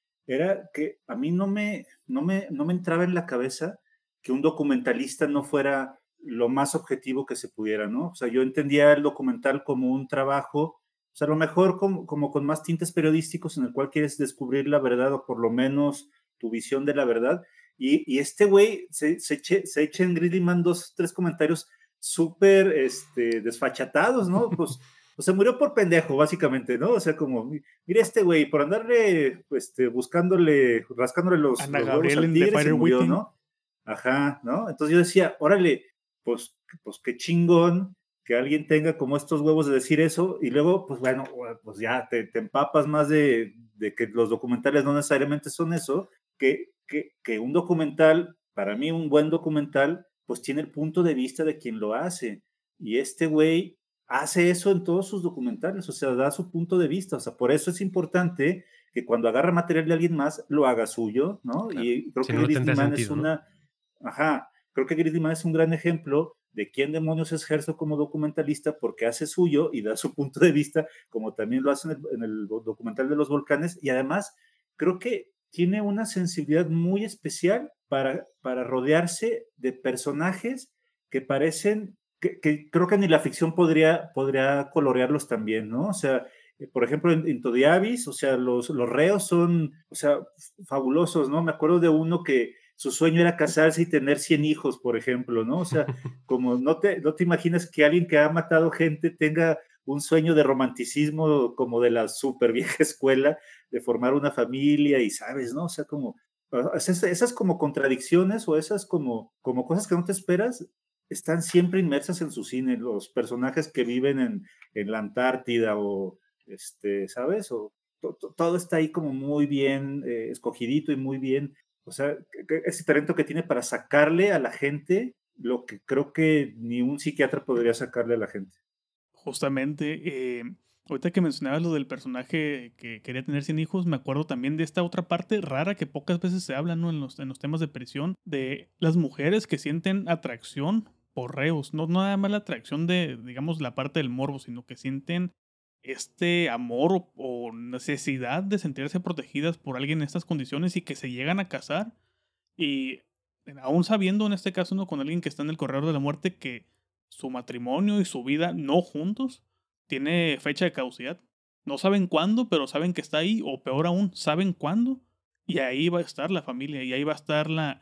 C: era que a mí no me, no me, no me entraba en la cabeza que un documentalista no fuera lo más objetivo que se pudiera, ¿no? O sea, yo entendía el documental como un trabajo, o sea, a lo mejor como, como con más tintes periodísticos en el cual quieres descubrir la verdad o por lo menos tu visión de la verdad. Y, y este güey se, se, eche, se echa en Grizzly Man dos, tres comentarios súper este, desfachatados, ¿no? Pues, o sea, murió por pendejo, básicamente, ¿no? O sea, como, mira este güey, por andarle, este, buscándole, rascándole los,
B: Ana
C: los huevos
B: Gabriel
C: al
B: en The
C: tigre, se
B: Fighter
C: murió,
B: Within.
C: ¿no? Ajá, ¿no? Entonces yo decía, órale, pues, pues qué chingón que alguien tenga como estos huevos de decir eso, y luego, pues bueno, pues ya te, te empapas más de, de que los documentales no necesariamente son eso, que, que, que un documental, para mí un buen documental, pues tiene el punto de vista de quien lo hace, y este güey hace eso en todos sus documentales, o sea, da su punto de vista, o sea, por eso es importante que cuando agarra material de alguien más, lo haga suyo, ¿no?
A: Claro.
C: Y creo
A: Si
C: que
A: no, no
C: Grizzly
A: tendría
C: Man
A: sentido,
C: es una, ¿no? Ajá, creo que Grizzly Man es un gran ejemplo de quién demonios es Herzog como documentalista, porque hace suyo y da su punto de vista, como también lo hace en el, en el documental de los volcanes, y además creo que tiene una sensibilidad muy especial para, para rodearse de personajes que parecen, que, que creo que ni la ficción podría, podría colorearlos también, ¿no? O sea, por ejemplo, en Into the Abyss, o sea, los, los reos son, o sea, fabulosos, ¿no? Me acuerdo de uno que su sueño era casarse y tener cien hijos, por ejemplo, ¿no? O sea, como no te, no te imaginas que alguien que ha matado gente tenga un sueño de romanticismo como de la súper vieja escuela, de formar una familia y, ¿sabes, no? O sea, como, esas, esas como contradicciones o esas como, como cosas que no te esperas, están siempre inmersas en su cine, los personajes que viven en, en la Antártida o, este, ¿sabes? O to, to, todo está ahí como muy bien eh, escogidito y muy bien, o sea, ese talento que tiene para sacarle a la gente lo que creo que ni un psiquiatra podría sacarle a la gente.
B: Justamente, eh, ahorita que mencionabas lo del personaje que quería tener cien hijos, me acuerdo también de esta otra parte rara que pocas veces se habla, ¿no? En los, en los temas de prisión, de las mujeres que sienten atracción por reos, no, no nada más la atracción de, digamos, la parte del morbo, sino que sienten este amor o, o necesidad de sentirse protegidas por alguien en estas condiciones y que se llegan a casar y aún sabiendo en este caso uno con alguien que está en el corredor de la muerte que su matrimonio y su vida no juntos tiene fecha de caducidad. No saben cuándo, pero saben que está ahí, o peor aún, saben cuándo, y ahí va a estar la familia, y ahí va a estar la,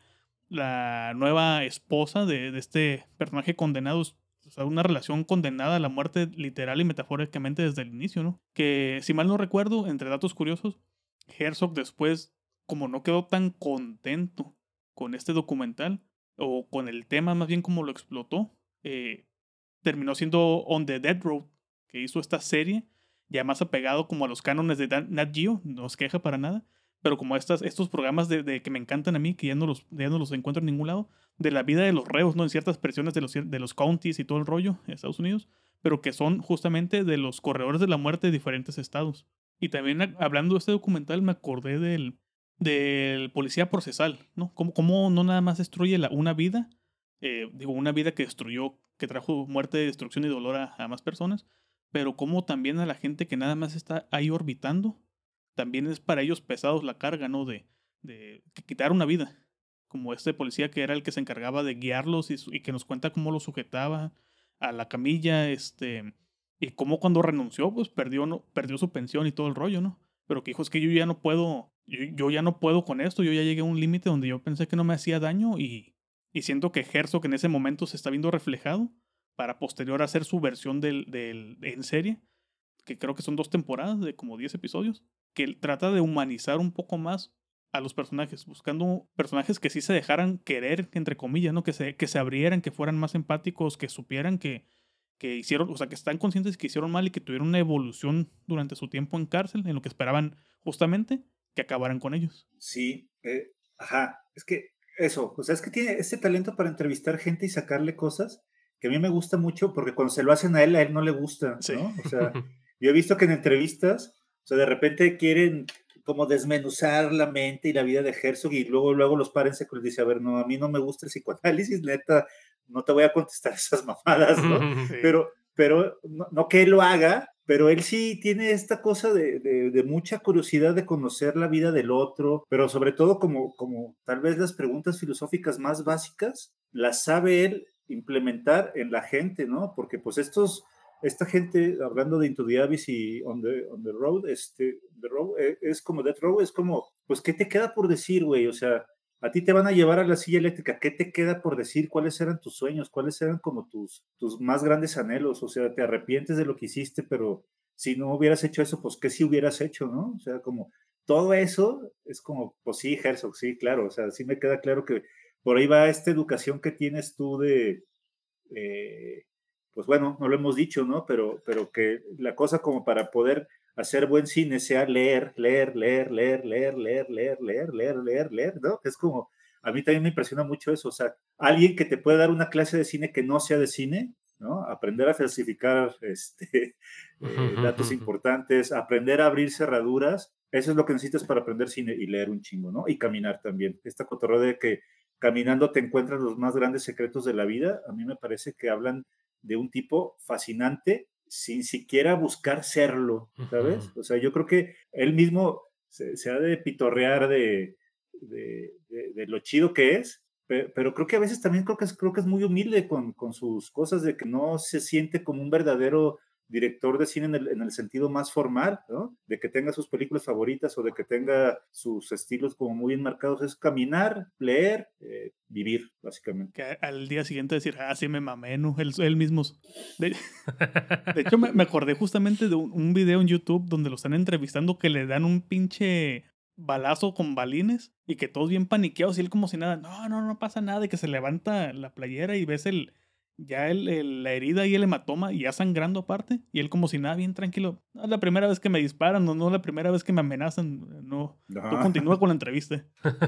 B: la nueva esposa de, de este personaje condenado, o sea, una relación condenada a la muerte literal y metafóricamente desde el inicio, ¿no? Que si mal no recuerdo, entre datos curiosos, Herzog después, como no quedó tan contento con este documental, o con el tema más bien como lo explotó, eh, terminó siendo On the Dead Road, que hizo esta serie, ya más apegado como a los cánones de Nat Geo, no os queja para nada, pero como estas, estos programas de, de que me encantan a mí, que ya no, los, ya no los encuentro en ningún lado, de la vida de los reos, ¿no? En ciertas presiones de los, de los counties y todo el rollo en Estados Unidos, pero que son justamente de los corredores de la muerte de diferentes estados. Y también hablando de este documental me acordé del, del policía procesal, ¿no? Cómo, cómo no nada más destruye la, una vida, eh, digo, una vida que destruyó, que trajo muerte, destrucción y dolor a, a más personas, pero cómo también a la gente que nada más está ahí orbitando, también es para ellos pesados la carga, ¿no? De, de quitar una vida, como este policía que era el que se encargaba de guiarlos y, y que nos cuenta cómo los sujetaba a la camilla, este, y cómo cuando renunció, pues perdió, ¿no? Perdió su pensión y todo el rollo, ¿no? Pero que dijo, es que yo ya no puedo, yo, yo ya no puedo con esto, yo ya llegué a un límite donde yo pensé que no me hacía daño y, y siento que Herzog en ese momento se está viendo reflejado para posterior hacer su versión del, del, en serie, que creo que son dos temporadas de como diez episodios, que trata de humanizar un poco más a los personajes, buscando personajes que sí se dejaran querer, entre comillas, ¿no? Que se, que se abrieran, que fueran más empáticos, que supieran que, que hicieron, o sea, que están conscientes que hicieron mal y que tuvieron una evolución durante su tiempo en cárcel, en lo que esperaban justamente que acabaran con ellos.
C: Sí, eh, ajá, es que eso, o sea, es que tiene ese talento para entrevistar gente y sacarle cosas que a mí me gusta mucho, porque cuando se lo hacen a él, a él no le gusta,
B: Sí.
C: ¿no? O sea, yo he visto que en entrevistas, o sea, de repente quieren como desmenuzar la mente y la vida de Herzog y luego, luego los paren seco y les dice, a ver, no, a mí no me gusta el psicoanálisis, neta, no te voy a contestar esas mamadas, ¿no?
B: Sí.
C: Pero, pero no, no que él lo haga, pero él sí tiene esta cosa de, de, de mucha curiosidad de conocer la vida del otro, pero sobre todo como, como tal vez las preguntas filosóficas más básicas, las sabe él implementar en la gente, ¿no? Porque pues estos, esta gente, hablando de Into the Abyss y On the, on the Road, este, the road eh, es como Death Row, es como, pues, ¿qué te queda por decir, güey? O sea, a ti te van a llevar a la silla eléctrica, ¿qué te queda por decir? ¿Cuáles eran tus sueños? ¿Cuáles eran como tus, tus más grandes anhelos? O sea, te arrepientes de lo que hiciste, pero si no hubieras hecho eso, pues, ¿qué sí hubieras hecho, no? O sea, como, todo eso es como, pues sí, Herzog, sí, claro, o sea, sí me queda claro que por ahí va esta educación que tienes tú de, eh, pues bueno, no lo hemos dicho, ¿no? Pero, pero que la cosa como para poder hacer buen cine sea leer, leer, leer, leer, leer, leer, leer, leer, leer, leer, leer, ¿no? Es como, a mí también me impresiona mucho eso, o sea, alguien que te puede dar una clase de cine que no sea de cine, ¿no? Aprender a falsificar este, eh, datos importantes, aprender a abrir cerraduras, eso es lo que necesitas para aprender cine y leer un chingo, ¿no? Y caminar también. Esta cotorreo de que caminando te encuentras los más grandes secretos de la vida, a mí me parece que hablan de un tipo fascinante sin siquiera buscar serlo, ¿sabes? O sea, yo creo que él mismo se, se ha de pitorrear de, de, de, de lo chido que es, pero, pero creo que a veces también creo que es, creo que es muy humilde con, con sus cosas, de que no se siente como un verdadero director de cine en el, en el sentido más formal, ¿no? De que tenga sus películas favoritas o de que tenga sus estilos como muy enmarcados, es caminar, leer, eh, vivir, básicamente.
B: Que al día siguiente decir, ah, sí me mamé, ¿no? Él, él mismo. De, de hecho, me, me acordé justamente de un, un video en YouTube donde lo están entrevistando que le dan un pinche balazo con balines y que todos bien paniqueados y él como si nada, no, no, no pasa nada, y que se levanta la playera y ves el ya el, el, la herida y el hematoma y ya sangrando aparte, y él como si nada, bien tranquilo. No es la primera vez que me disparan, no, no es la primera vez que me amenazan, no.
C: Ajá.
B: Tú continúa con la entrevista.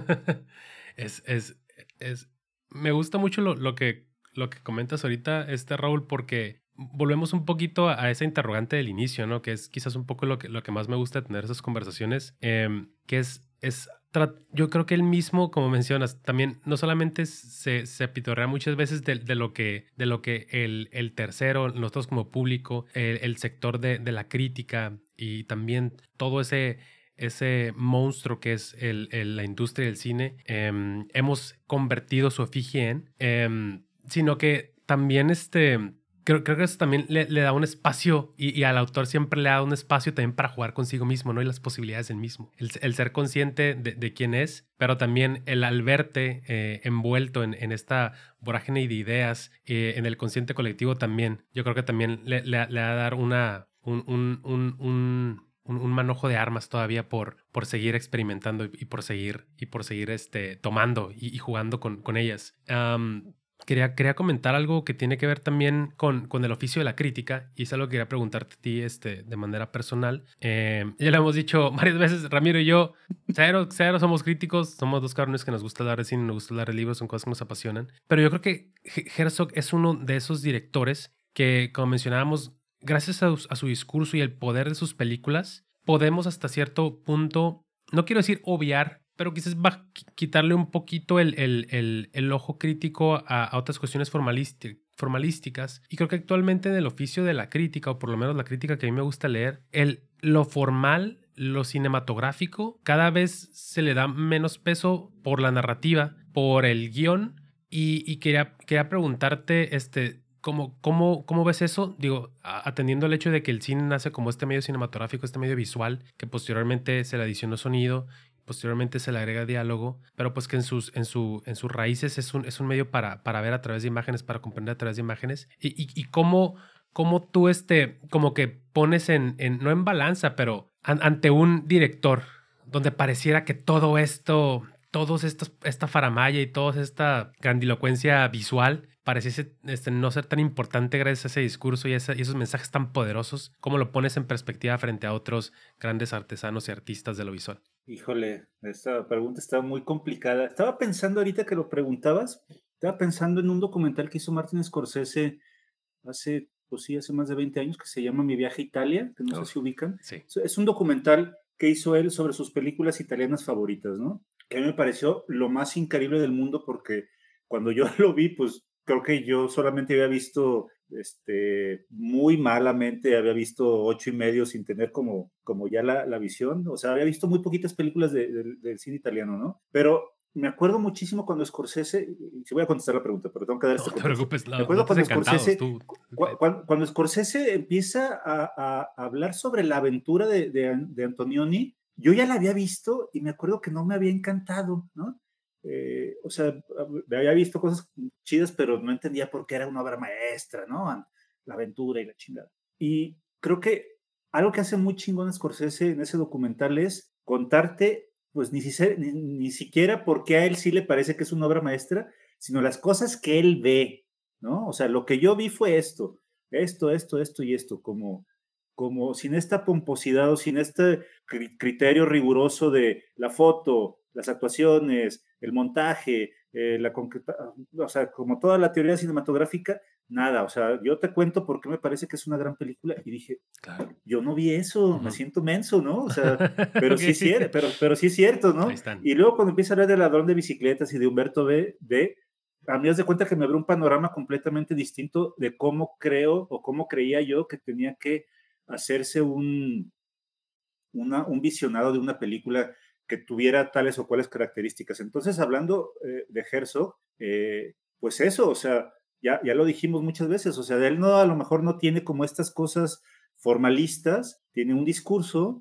A: es, es, es, me gusta mucho lo, lo, que, lo que comentas ahorita, este Raúl, porque volvemos un poquito a, a esa interrogante del inicio, ¿no? Que es quizás un poco lo que, lo que más me gusta de tener esas conversaciones, eh, que es, es yo creo que él mismo, como mencionas, también no solamente se, se pitorrea muchas veces de, de lo que, de lo que el, el tercero, nosotros como público, el, el sector de, de la crítica y también todo ese, ese monstruo que es el, el, la industria del cine, eh, hemos convertido su efigie en, eh, sino que también este... Creo, creo que eso también le, le da un espacio y, y al autor siempre le da un espacio también para jugar consigo mismo, ¿no? Y las posibilidades del mismo. El, el ser consciente de, de quién es, pero también el al verte eh, envuelto en, en esta vorágine de ideas, eh, en el consciente colectivo también. Yo creo que también le, le, le va a dar una, un, un, un, un, un, un manojo de armas todavía por, por seguir experimentando y, y por seguir, y por seguir este, tomando y, y jugando con, con ellas. Um, Quería, quería comentar algo que tiene que ver también con, con el oficio de la crítica, y es algo que quería preguntarte a ti este, de manera personal. Eh, ya lo hemos dicho varias veces, Ramiro y yo, cero, cero somos críticos, somos dos cabrones que nos gusta hablar de cine, nos gusta hablar de libros, son cosas que nos apasionan. Pero yo creo que Herzog es uno de esos directores que, como mencionábamos, gracias a, a su discurso y el poder de sus películas, podemos hasta cierto punto, no quiero decir obviar, pero quizás va a quitarle un poquito el, el, el, el ojo crítico a, a otras cuestiones formalísticas. Y creo que actualmente en el oficio de la crítica, o por lo menos la crítica que a mí me gusta leer, el, lo formal, lo cinematográfico, cada vez se le da menos peso por la narrativa, por el guión. Y, y quería, quería preguntarte, este, ¿cómo, cómo, ¿cómo ves eso? Digo, atendiendo al hecho de que el cine nace como este medio cinematográfico, este medio visual, que posteriormente se le adicionó sonido, posteriormente se le agrega diálogo, pero pues que en sus, en su, en sus raíces es un, es un medio para, para ver a través de imágenes, para comprender a través de imágenes. Y, y, y cómo, cómo tú este, como que pones en, en no en balanza, pero an, ante un director, donde pareciera que todo esto, todos estos, esta faramalla y toda esta grandilocuencia visual pareciese este, no ser tan importante gracias a ese discurso y, esa, y esos mensajes tan poderosos? ¿Cómo lo pones en perspectiva frente a otros grandes artesanos y artistas de lo visual?
C: Híjole, esta pregunta está muy complicada. Estaba pensando ahorita que lo preguntabas, estaba pensando en un documental que hizo Martin Scorsese hace, pues sí, hace más de veinte años, que se llama Mi viaje a Italia, que no
A: Oh,
C: sé si ubican.
A: sí.
C: Es un documental que hizo él sobre sus películas italianas favoritas, ¿no? Que a mí me pareció lo más increíble del mundo porque cuando yo lo vi, pues creo que yo solamente había visto, este, muy malamente, había visto ocho y medio sin tener como, como ya la, la visión, o sea, había visto muy poquitas películas de, de, del cine italiano, ¿no? Pero me acuerdo muchísimo cuando Scorsese, y si voy a contestar la pregunta, pero tengo que dar
A: No
C: este
A: te
C: contexto.
A: preocupes, no,
C: Me acuerdo
A: no
C: cuando
A: encantados,
C: Scorsese,
A: tú.
C: cu- cuando, cuando Scorsese empieza a, a hablar sobre la aventura de, de, de Antonioni, yo ya la había visto y me acuerdo que no me había encantado, ¿no? Eh, o sea, había visto cosas chidas, pero no entendía por qué era una obra maestra, ¿no? La aventura y la chingada. Y creo que algo que hace muy chingón Scorsese en ese documental es contarte, pues ni, si, ni, ni siquiera porque a él sí le parece que es una obra maestra, sino las cosas que él ve, ¿no? O sea, lo que yo vi fue esto, esto, esto, esto y esto, como, como sin esta pomposidad o sin este criterio riguroso de la foto, las actuaciones, el montaje, eh, la concreta, o sea, como toda la teoría cinematográfica, nada, o sea, yo te cuento por qué me parece que es una gran película y dije, claro, yo no vi eso, uh-huh. Me siento menso, ¿no? O sea, pero okay. sí es cierto, pero, pero sí es cierto, ¿no?
A: Ahí están.
C: Y luego cuando empieza a hablar de Ladrón de Bicicletas y de Humberto B. D., a mí me das cuenta que me abrió un panorama completamente distinto de cómo creo o cómo creía yo que tenía que hacerse un, una, un visionado de una película que tuviera tales o cuales características. Entonces, hablando eh, de Herzog, eh, pues eso, o sea, ya, ya lo dijimos muchas veces, o sea, él no, a lo mejor no tiene como estas cosas formalistas, tiene un discurso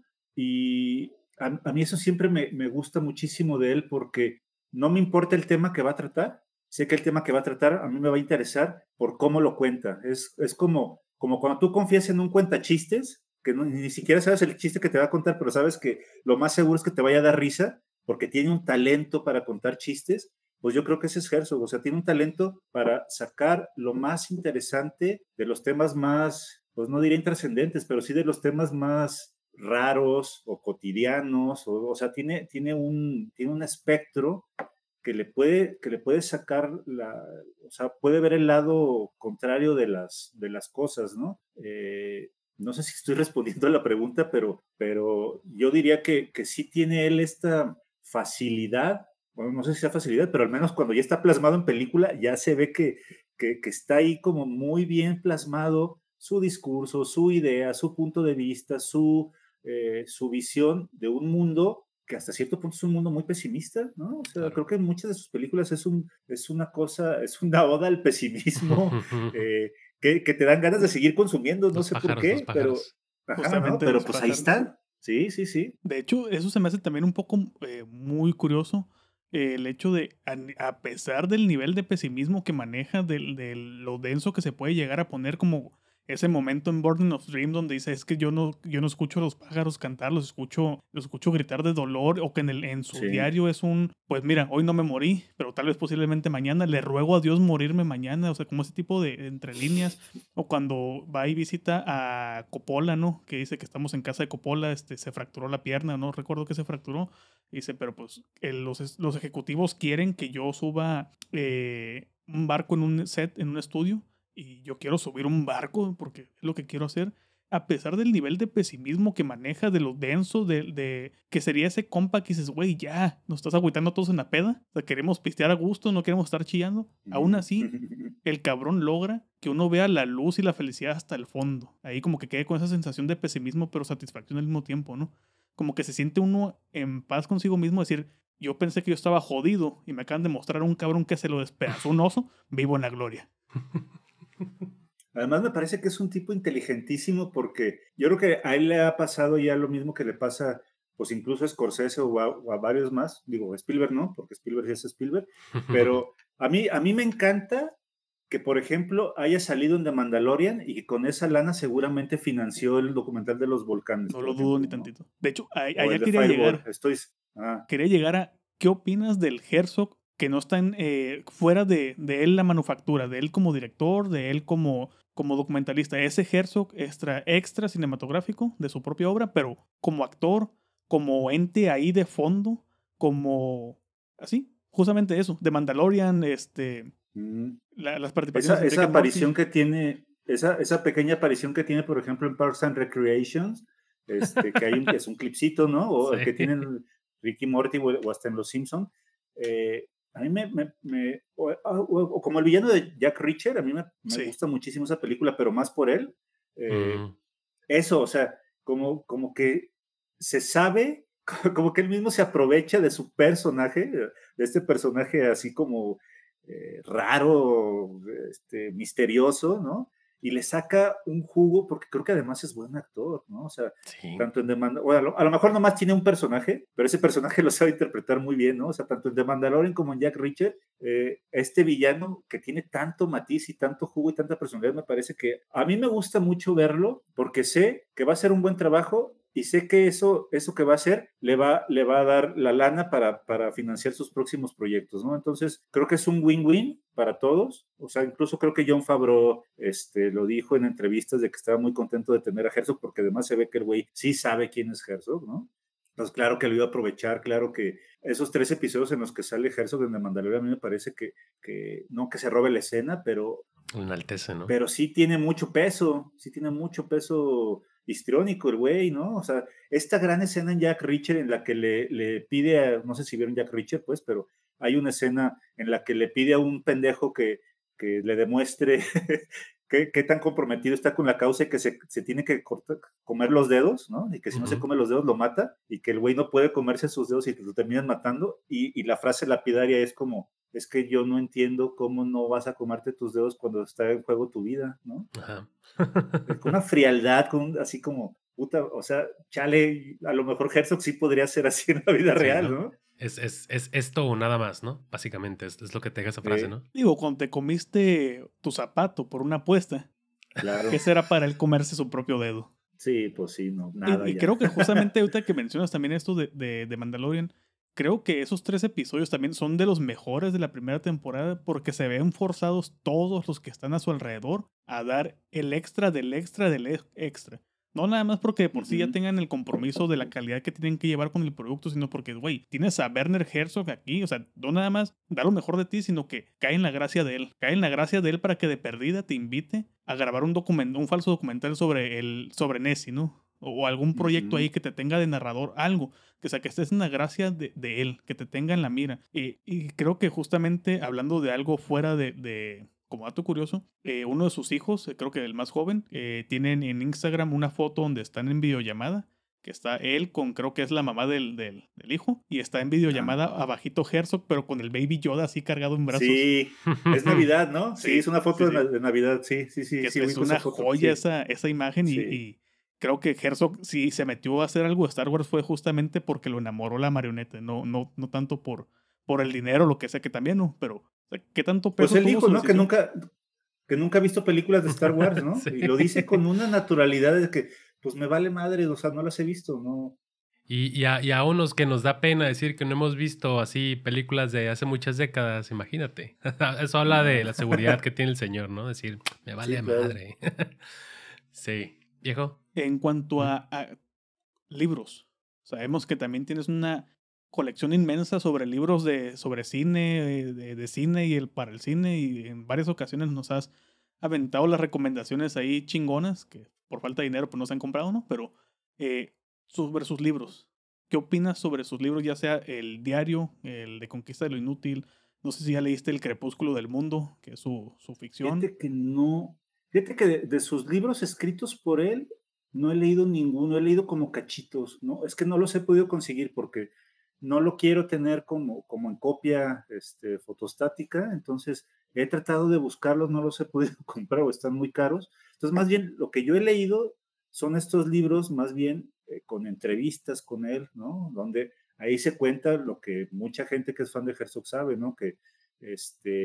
C: y a, a mí eso siempre me, me gusta muchísimo de él porque no me importa el tema que va a tratar, sé que el tema que va a tratar a mí me va a interesar por cómo lo cuenta. Es, es como, como cuando tú confías en un cuentachistes, que no, ni siquiera sabes el chiste que te va a contar, pero sabes que lo más seguro es que te vaya a dar risa, porque tiene un talento para contar chistes. Pues yo creo que ese es Herzog, o sea, tiene un talento para sacar lo más interesante de los temas más, pues no diré intrascendentes, pero sí de los temas más raros o cotidianos, o, o sea, tiene, tiene, un, tiene un espectro que le puede, que le puede sacar la, o sea, puede ver el lado contrario de las, de las cosas, ¿no? Eh, no sé si estoy respondiendo a la pregunta, pero, pero yo diría que, que sí tiene él esta facilidad, bueno, no sé si sea facilidad, pero al menos cuando ya está plasmado en película, ya se ve que, que, que está ahí como muy bien plasmado su discurso, su idea, su punto de vista, su, eh, su visión de un mundo que hasta cierto punto es un mundo muy pesimista, ¿no? O sea, claro. Creo que en muchas de sus películas es, un, es una cosa, es una oda al pesimismo, eh, que, que te dan ganas de seguir consumiendo, no
A: los
C: sé
A: pájaros,
C: por qué, pero, ajá, ¿no? Pero pues pájaros. Ahí está. Sí, sí, sí.
B: De hecho, eso se me hace también un poco eh, muy curioso, eh, el hecho de, a, a pesar del nivel de pesimismo que maneja, de, de lo denso que se puede llegar a poner como ese momento en Burden of Dream donde dice, es que yo no, yo no escucho a los pájaros cantar, los escucho, los escucho gritar de dolor, o que en, el, en su sí. diario es un, pues mira, hoy no me morí, pero tal vez posiblemente mañana, le ruego a Dios morirme mañana, o sea, como ese tipo de, de entre líneas, o cuando va y visita a Coppola, ¿no? Que dice que estamos en casa de Coppola, este, se fracturó la pierna, no recuerdo que se fracturó, dice, pero pues el, los, los ejecutivos quieren que yo suba eh, un barco en un set, en un estudio, y yo quiero subir un barco porque es lo que quiero hacer, a pesar del nivel de pesimismo que maneja, de lo denso, de, de que sería ese compa que dices, güey, ya, nos estás agüitando todos en la peda, o sea, queremos pistear a gusto, no queremos estar chillando. Aún así, el cabrón logra que uno vea la luz y la felicidad hasta el fondo. Ahí como que quede con esa sensación de pesimismo, pero satisfacción al mismo tiempo, ¿no? Como que se siente uno en paz consigo mismo, decir, yo pensé que yo estaba jodido y me acaban de mostrar a un cabrón que se lo despedazó un oso, vivo en la gloria.
C: Además me parece que es un tipo inteligentísimo porque yo creo que a él le ha pasado ya lo mismo que le pasa pues incluso a Scorsese o a, o a varios más, digo Spielberg no, porque Spielberg es Spielberg, pero a mí, a mí me encanta que, por ejemplo, haya salido en The Mandalorian y que con esa lana seguramente financió el documental de los volcanes.
B: No
C: por
B: lo
C: ejemplo,
B: dudo ni
C: ¿no?
B: tantito. De hecho, a-
C: O
B: allá
C: el de
B: quería
C: Fireball.
B: llegar.
C: Estoy. Ah,
B: Quería llegar a qué opinas del Herzog que no está en, eh, fuera de, de él la manufactura, de él como director, de él como, como documentalista. Ese Herzog extra, extra cinematográfico de su propia obra, pero como actor, como ente ahí de fondo, como así, justamente eso, de Mandalorian, este,
C: mm.
B: la- las participaciones
C: Esa,
B: en Rick
C: esa
B: and Morty.
C: aparición que tiene, esa, esa pequeña aparición que tiene, por ejemplo, en Parks and Recreations, este, que hay un, es un clipcito, ¿no? O el
A: Sí.
C: que tienen Ricky Morty o, o hasta en Los Simpson. Eh, a mí me, me, me o, o, o como el villano de Jack Reacher, a mí me, me
B: Sí.
C: gusta muchísimo esa película, pero más por él. Eh,
A: Mm.
C: Eso, o sea, como, como que se sabe, como que él mismo se aprovecha de su personaje, de este personaje así como eh, raro, este, misterioso, ¿no? Y le saca un jugo, porque creo que además es buen actor, ¿no? O sea,
A: Sí.
C: tanto en The Mandalorian, a, lo, a lo mejor nomás tiene un personaje, pero ese personaje lo sabe interpretar muy bien, ¿no? O sea, tanto en The Mandalorian como en Jack Reacher, eh, este villano que tiene tanto matiz y tanto jugo y tanta personalidad, me parece que a mí me gusta mucho verlo, porque sé que va a ser un buen trabajo y sé que eso, eso que va a hacer le va, le va a dar la lana para, para financiar sus próximos proyectos, ¿no? Entonces, creo que es un win-win para todos. O sea, incluso creo que Jon Favreau este, lo dijo en entrevistas de que estaba muy contento de tener a Herzog, porque además se ve que el güey sí sabe quién es Herzog, ¿no? Pues claro que lo iba a aprovechar, claro que esos tres episodios en los que sale Herzog en The Mandalorian, a mí me parece que, que no que se robe la escena, pero,
A: Enaltece, ¿no?
C: pero sí tiene mucho peso, sí tiene mucho peso histriónico el güey, ¿no? O sea, esta gran escena en Jack Reacher en la que le, le pide a, no sé si vieron Jack Reacher, pues, pero hay una escena en la que le pide a un pendejo que, que le demuestre qué, qué tan comprometido está con la causa y que se, se tiene que cortar, comer los dedos, ¿no? Y que si uh-huh. no se come los dedos lo mata y que el güey no puede comerse sus dedos y que lo terminan matando y, y la frase lapidaria es como, es que yo no entiendo cómo no vas a comerte tus dedos cuando está en juego tu vida, ¿no? Ajá. Con una frialdad, con, así como, puta, o sea, chale, a lo mejor Herzog sí podría ser así en la vida sí, real, ¿no? ¿no?
A: Es, es, es esto o nada más, ¿no? Básicamente, es, es lo que te deja esa frase,
C: eh,
A: ¿no?
B: Digo, cuando te comiste tu zapato por una apuesta,
C: claro.
B: ¿qué será para él comerse su propio dedo?
C: Sí, pues sí, no, nada.
B: Y, y creo que justamente ahorita que mencionas también esto de, de, de Mandalorian, creo que esos tres episodios también son de los mejores de la primera temporada porque se ven forzados todos los que están a su alrededor a dar el extra del extra del extra. No nada más porque de por uh-huh. sí ya tengan el compromiso de la calidad que tienen que llevar con el producto, sino porque, güey, tienes a Werner Herzog aquí, o sea, no nada más da lo mejor de ti, sino que cae en la gracia de él. Cae en la gracia de él para que de perdida te invite a grabar un documento, un falso documental sobre el, sobre Nessie, ¿no? O algún proyecto uh-huh. ahí que te tenga de narrador, algo. Que, o sea, que estés en la gracia de, de él, que te tenga en la mira. Y, y creo que justamente hablando de algo fuera de, de como dato curioso, eh, uno de sus hijos, creo que el más joven, eh, tienen en Instagram una foto donde están en videollamada, que está él con, creo que es la mamá del, del, del hijo, y está en videollamada ah. abajito Herzog, pero con el Baby Yoda así cargado en brazos.
C: Sí, es Navidad, ¿no? Sí, sí es una foto
B: sí, sí.
C: De, de Navidad, sí, sí, sí.
B: Que
C: sí
B: es una
C: foto,
B: joya
C: sí.
B: esa, esa imagen
C: sí.
B: y... y creo que Herzog, si se metió a hacer algo de Star Wars, fue justamente porque lo enamoró la marioneta, no, no, no tanto por, por el dinero, lo que sea, que también no, pero o sea, ¿qué tanto peso
C: pues él
B: tuvo
C: dijo,
B: su
C: ¿no?
B: decisión?
C: Que nunca, que nunca ha visto películas de Star Wars, ¿no? sí. Y lo dice con una naturalidad de que, pues me vale madre, o sea, no las he visto, ¿no?
A: Y, y, a, y a unos que nos da pena decir que no hemos visto así películas de hace muchas décadas, imagínate. Eso habla no. de la seguridad que tiene el señor, ¿no? Decir, me vale sí, madre. Claro. Sí. ¿Viejo?
B: En cuanto a, a libros, sabemos que también tienes una colección inmensa sobre libros de, sobre cine, de, de cine y el para el cine, y en varias ocasiones nos has aventado las recomendaciones ahí chingonas, que por falta de dinero pues no se han comprado, ¿no? Pero eh, sobre sus libros. ¿Qué opinas sobre sus libros, ya sea el diario, el de Conquista de lo Inútil? No sé si ya leíste El Crepúsculo del Mundo, que es su, su ficción.
C: Fíjate que no. Fíjate que de, de sus libros escritos por él, no he leído ninguno, he leído como cachitos, ¿no? Es que no los he podido conseguir porque no lo quiero tener como, como en copia este, fotostática, entonces he tratado de buscarlos, no los he podido comprar o están muy caros. Entonces, más bien, lo que yo he leído son estos libros, más bien eh, con entrevistas con él, ¿no? Donde ahí se cuenta lo que mucha gente que es fan de Herzog sabe, ¿no? Que, este,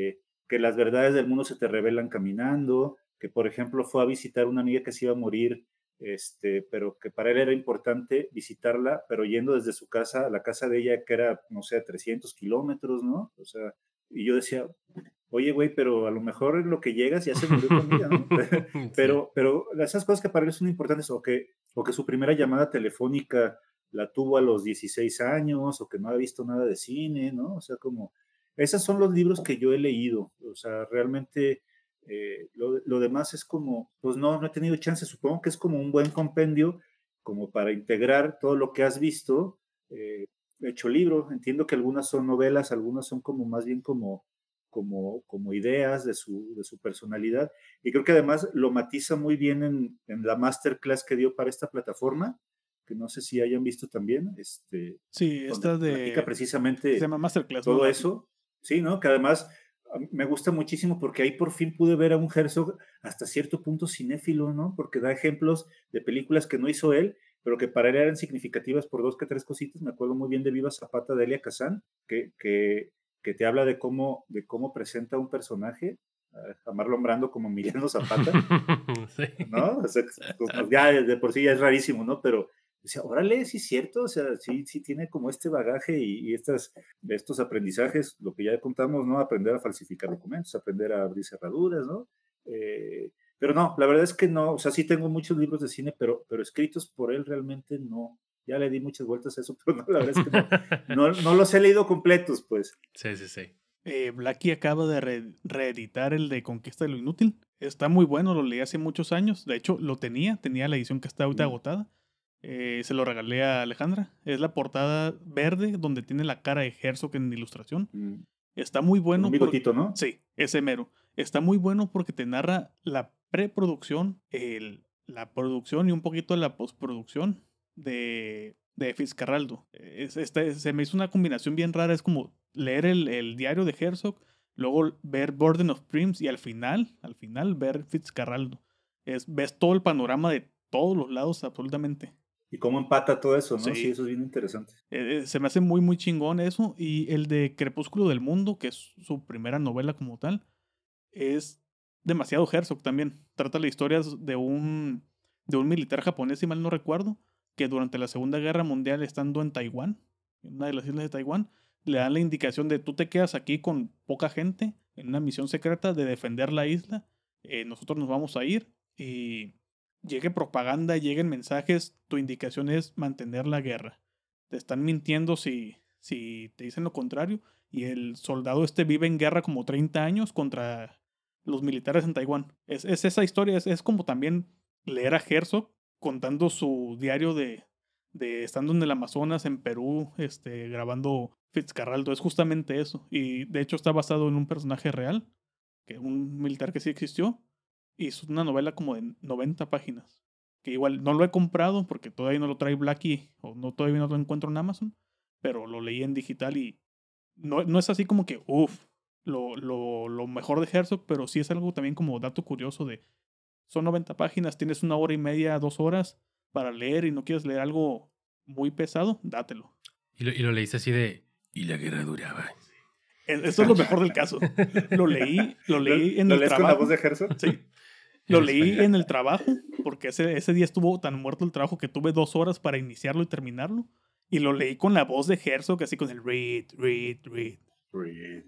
C: que las verdades del mundo se te revelan caminando, que por ejemplo fue a visitar una amiga que se iba a morir, este, pero que para él era importante visitarla, pero yendo desde su casa a la casa de ella, que era, no sé, trescientos kilómetros, ¿no? O sea, y yo decía, oye, güey, pero a lo mejor en lo que llegas ya se murió tu amiga, ¿no? pero, sí. pero esas cosas que para él son importantes, o que, o que su primera llamada telefónica la tuvo a los dieciséis años, o que no ha visto nada de cine, ¿no? O sea, como, esos son los libros que yo he leído, o sea, realmente eh, lo, lo demás es como, pues no, no he tenido chance, supongo que es como un buen compendio, como para integrar todo lo que has visto, eh, hecho libro, entiendo que algunas son novelas, algunas son como más bien como, como, como ideas de su, de su personalidad, y creo que además lo matiza muy bien en, en la masterclass que dio para esta plataforma, que no sé si hayan visto también, este,
B: sí, esta de
C: platica precisamente
B: se llama Masterclass,
C: todo
B: ¿no?
C: eso, sí, ¿no? Que además me gusta muchísimo porque ahí por fin pude ver a un Herzog hasta cierto punto cinéfilo, ¿no? Porque da ejemplos de películas que no hizo él, pero que para él eran significativas por dos que tres cositas. Me acuerdo muy bien de Viva Zapata de Elia Kazan, que, que, que te habla de cómo, de cómo presenta un personaje, a Marlon Brando como Emiliano Zapata, sí. ¿No? O sea, pues, ya de por sí ya es rarísimo, ¿no? Pero decía, órale, sí es cierto, o sea, sí, sí tiene como este bagaje y, y estas, estos aprendizajes, lo que ya contamos, ¿no? Aprender a falsificar documentos, aprender a abrir cerraduras, ¿no? Eh, pero no, la verdad es que no, o sea, sí tengo muchos libros de cine, pero, pero escritos por él realmente no. Ya le di muchas vueltas a eso, pero no, la verdad es que no, no, no los he leído completos, pues.
A: Sí, sí, sí.
B: Eh, Blackie acaba de re reeditar el de Conquista de lo Inútil. Está muy bueno, lo leí hace muchos años. De hecho, lo tenía, tenía la edición que está ahorita mm. agotada. Eh, se lo regalé a Alejandra. Es la portada verde donde tiene la cara de Herzog en ilustración. Mm. Está muy bueno.
C: Un bigotito, ¿no?
B: Sí, ese mero. Está muy bueno porque te narra la preproducción, el, la producción y un poquito de la postproducción de, de Fitzcarraldo. Es, este, se me hizo una combinación bien rara. Es como leer el, el diario de Herzog, luego ver Burden of Dreams y al final, al final ver Fitzcarraldo. Es, ves todo el panorama de todos los lados absolutamente.
C: Y cómo empata todo eso, ¿no?
B: Sí,
C: sí eso es bien interesante.
B: Eh, se me hace muy, muy chingón eso. Y el de Crepúsculo del Mundo, que es su primera novela como tal, es demasiado Herzog también. Trata la historia de un, de un militar japonés, si mal no recuerdo, que durante la Segunda Guerra Mundial, estando en Taiwán, en una de las islas de Taiwán, le dan la indicación de tú te quedas aquí con poca gente en una misión secreta de defender la isla. Eh, nosotros nos vamos a ir y llegue propaganda, lleguen mensajes, tu indicación es mantener la guerra. Te están mintiendo si, si te dicen lo contrario. Y el soldado este vive en guerra como treinta años contra los militares en Taiwán. Es, es esa historia, es, es como también leer a Herzog contando su diario de, de estando en el Amazonas, en Perú, este, grabando Fitzcarraldo. Es justamente eso. Y de hecho está basado en un personaje real, que es un militar que sí existió. Y es una novela como de noventa páginas. Que igual no lo he comprado porque todavía no lo trae Blackie o no, todavía no lo encuentro en Amazon. Pero lo leí en digital y no, no es así como que, uff, lo, lo, lo mejor de Herzog, pero sí es algo también como dato curioso de, son noventa páginas, tienes una hora y media, dos horas para leer y no quieres leer algo muy pesado, dátelo.
A: Y lo, y lo leíste así de, y la guerra duraba.
B: Eso es lo mejor del caso. Lo leí, lo leí en
C: ¿Lo
B: el
C: lees
B: trabajo.
C: con la voz de Herzog?
B: Sí. Lo leí en el trabajo, porque ese, ese día estuvo tan muerto el trabajo que tuve dos horas para iniciarlo y terminarlo. Y lo leí con la voz de Herzog, así con el read, read, read.
C: Read.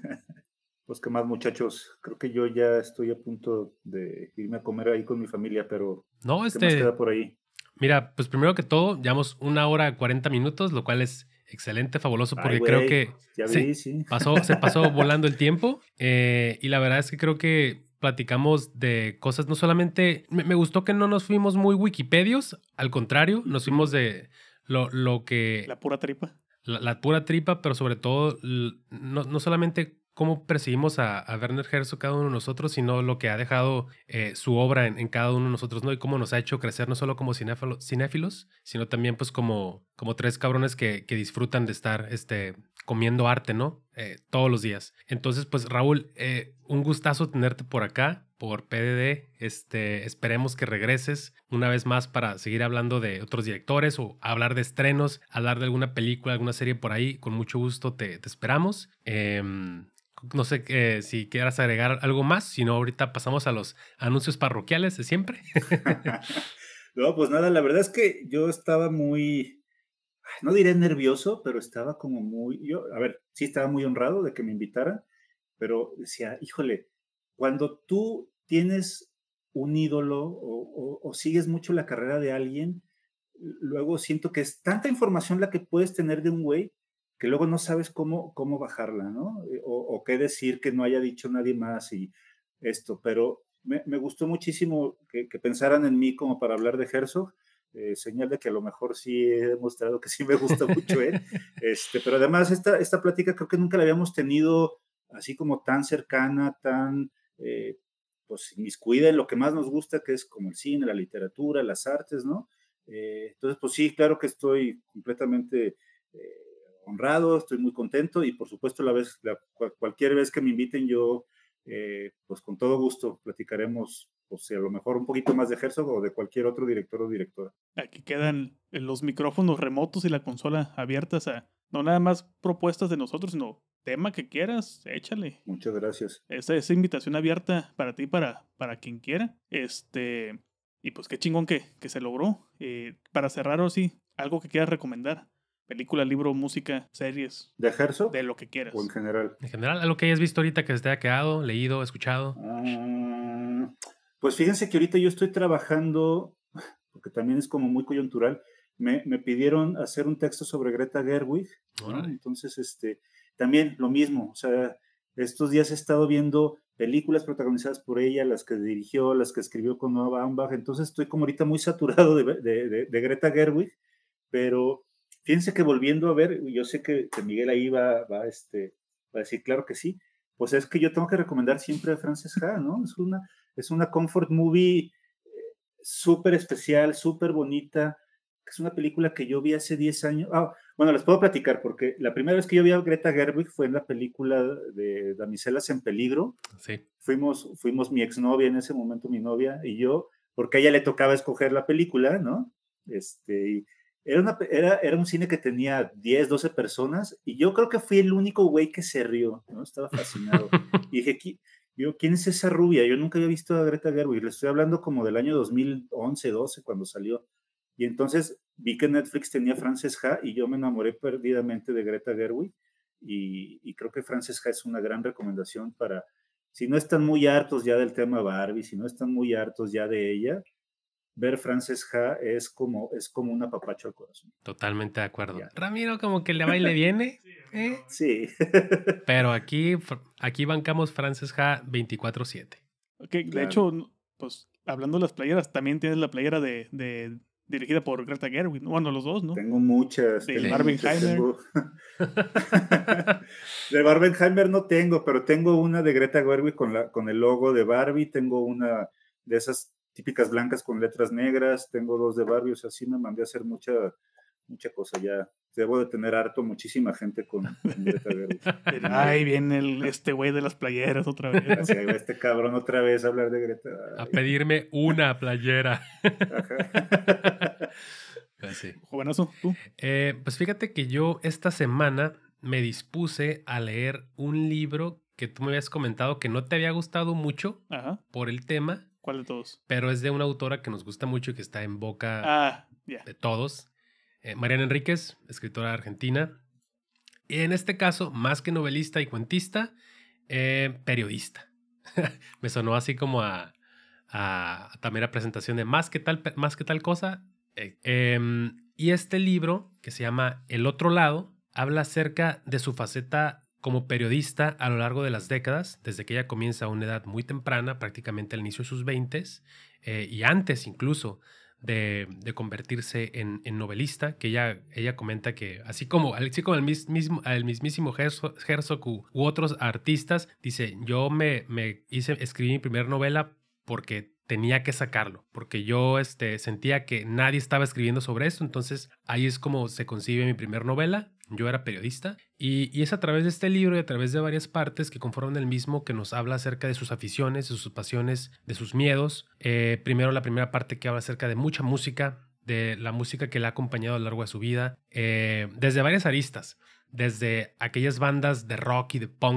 C: Pues qué más, muchachos. Creo que yo ya estoy a punto de irme a comer ahí con mi familia, pero
A: no,
C: ¿qué
A: este...
C: más queda por ahí?
A: Mira, pues primero que todo, llevamos una hora cuarenta minutos, lo cual es excelente, fabuloso, porque
C: Ay, güey,
A: creo que
C: ya vi, sí, sí.
A: Pasó, se pasó volando el tiempo eh, y la verdad es que creo que platicamos de cosas, no solamente, me, me gustó que no nos fuimos muy wikipedios, al contrario, nos fuimos de lo, lo que...
B: La pura tripa.
A: La, la pura tripa, pero sobre todo, no, no solamente cómo percibimos a, a Werner Herzog cada uno de nosotros, sino lo que ha dejado eh, su obra en, en cada uno de nosotros, ¿no? Y cómo nos ha hecho crecer no solo como cinéfilo, cinéfilos, sino también pues como, como tres cabrones que, que disfrutan de estar este, comiendo arte, ¿no? Eh, todos los días. Entonces, pues Raúl, eh, un gustazo tenerte por acá, por P D D. Este, esperemos que regreses una vez más para seguir hablando de otros directores o hablar de estrenos, hablar de alguna película, alguna serie por ahí. Con mucho gusto te, te esperamos. Eh, no sé eh, si quieras agregar algo más, si no ahorita pasamos a los anuncios parroquiales de siempre.
C: No, pues nada, la verdad es que yo estaba muy, no diré nervioso, pero estaba como muy, yo, a ver, sí estaba muy honrado de que me invitaran, pero decía, híjole, cuando tú tienes un ídolo o, o, o sigues mucho la carrera de alguien, luego siento que es tanta información la que puedes tener de un güey que luego no sabes cómo, cómo bajarla, ¿no? O, o qué decir que no haya dicho nadie más y esto, pero me, me gustó muchísimo que, que pensaran en mí como para hablar de Herzog, eh, señal de que a lo mejor sí he demostrado que sí me gusta mucho él, este, pero además esta, esta plática creo que nunca la habíamos tenido así como tan cercana, tan... Eh, pues inmiscuida en lo que más nos gusta, que es como el cine, la literatura, las artes, ¿no? Eh, entonces, pues sí, claro que estoy completamente eh, honrado, estoy muy contento y por supuesto la vez, la, cualquier vez que me inviten yo, eh, pues con todo gusto platicaremos, pues a lo mejor un poquito más de Herzog o de cualquier otro director o directora.
B: Aquí quedan los micrófonos remotos y la consola abiertas a no nada más propuestas de nosotros, sino tema que quieras, échale.
C: Muchas gracias.
B: Esa, esa invitación abierta para ti, para, para quien quiera. Este, y pues qué chingón que, que se logró. Eh, para cerrar, o sí, algo que quieras recomendar. Película, libro, música, series.
C: ¿De Herzog?
B: De lo que quieras.
C: ¿O en general?
A: En general, algo que hayas visto ahorita que se te haya quedado, leído, escuchado.
C: Uh, pues fíjense que ahorita yo estoy trabajando, porque también es como muy coyuntural, me, me pidieron hacer un texto sobre Greta Gerwig, ¿no? Entonces, este, también lo mismo, o sea, estos días he estado viendo películas protagonizadas por ella, las que dirigió, las que escribió con Noah Baumbach, entonces estoy como ahorita muy saturado de, de, de, de Greta Gerwig, pero fíjense que volviendo a ver, yo sé que, que Miguel ahí va, va, este, va a decir, claro que sí, pues es que yo tengo que recomendar siempre a Frances Ha, ¿no? Es una, es una comfort movie súper especial, súper bonita. Es una película que yo vi hace diez años. Ah, bueno, les puedo platicar, porque la primera vez que yo vi a Greta Gerwig fue en la película de Damiselas en Peligro.
A: Sí.
C: Fuimos, fuimos mi exnovia en ese momento, mi novia y yo, porque a ella le tocaba escoger la película, ¿no? Este, y era, una, era, era un cine que tenía diez, doce personas, y yo creo que fui el único güey que se rió, ¿no? Estaba fascinado. Y dije, yo, ¿quién es esa rubia? Yo nunca había visto a Greta Gerwig, le estoy hablando como del año dos mil once, doce, cuando salió. Y entonces vi que Netflix tenía Frances Ha y yo me enamoré perdidamente de Greta Gerwig y, y creo que Frances Ha es una gran recomendación para, si no están muy hartos ya del tema Barbie, si no están muy hartos ya de ella, ver Frances Ha es como, es como un apapacho al corazón.
A: Totalmente de acuerdo. Ya. Ramiro como que le va y le viene. ¿eh?
C: Sí.
A: Pero aquí, aquí bancamos Frances Ha veinticuatro siete.
B: Okay, claro. De hecho, pues hablando de las playeras, también tienes la playera de... de... dirigida por Greta Gerwig, bueno, los dos, ¿no?
C: Tengo muchas.
B: De Barbenheimer.
C: Tengo... de Barbenheimer no tengo, pero tengo una de Greta Gerwig con, la, con el logo de Barbie, tengo una de esas típicas blancas con letras negras, tengo dos de Barbie, o sea, sí me mandé a hacer mucha, mucha cosa ya. Debo de tener harto muchísima gente con, con Greta Gerwig.
B: Ay, viene el, este güey de las playeras otra vez. ¿no?
C: Así, este cabrón otra vez a hablar de Greta. Ay.
A: A pedirme una playera.
B: Así. Jovenazo, ¿tú?
A: Eh, pues fíjate que yo esta semana me dispuse a leer un libro que tú me habías comentado que no te había gustado mucho. Ajá. Por el tema.
B: ¿Cuál de todos?
A: Pero es de una autora que nos gusta mucho y que está en boca
B: ah, yeah.
A: de todos. Eh, Mariana Enríquez, escritora argentina. Y en este caso, más que novelista y cuentista, eh, periodista. Me sonó así como a, a, a también a presentación de más que tal, más que tal cosa. Eh, eh, y este libro, que se llama El otro lado, habla acerca de su faceta como periodista a lo largo de las décadas, desde que ella comienza a una edad muy temprana, prácticamente al inicio de sus veintes, eh, y antes incluso de, de convertirse en, en novelista, que ella, ella comenta que así como, así como el, mismo, el mismísimo Herzog, Herzog u, u otros artistas, dice, yo me, me hice, escribí mi primera novela porque tenía que sacarlo, porque yo este, sentía que nadie estaba escribiendo sobre esto, entonces ahí es como se concibe mi primera novela. Yo era periodista y, y es a través de este libro y a través de varias partes que conforman el mismo que nos habla acerca de sus aficiones, de sus pasiones, de sus miedos. Eh, primero la primera parte que habla acerca de mucha música, de la música que le ha acompañado a lo largo de su vida, eh, desde varias aristas, desde aquellas bandas de rock y de punk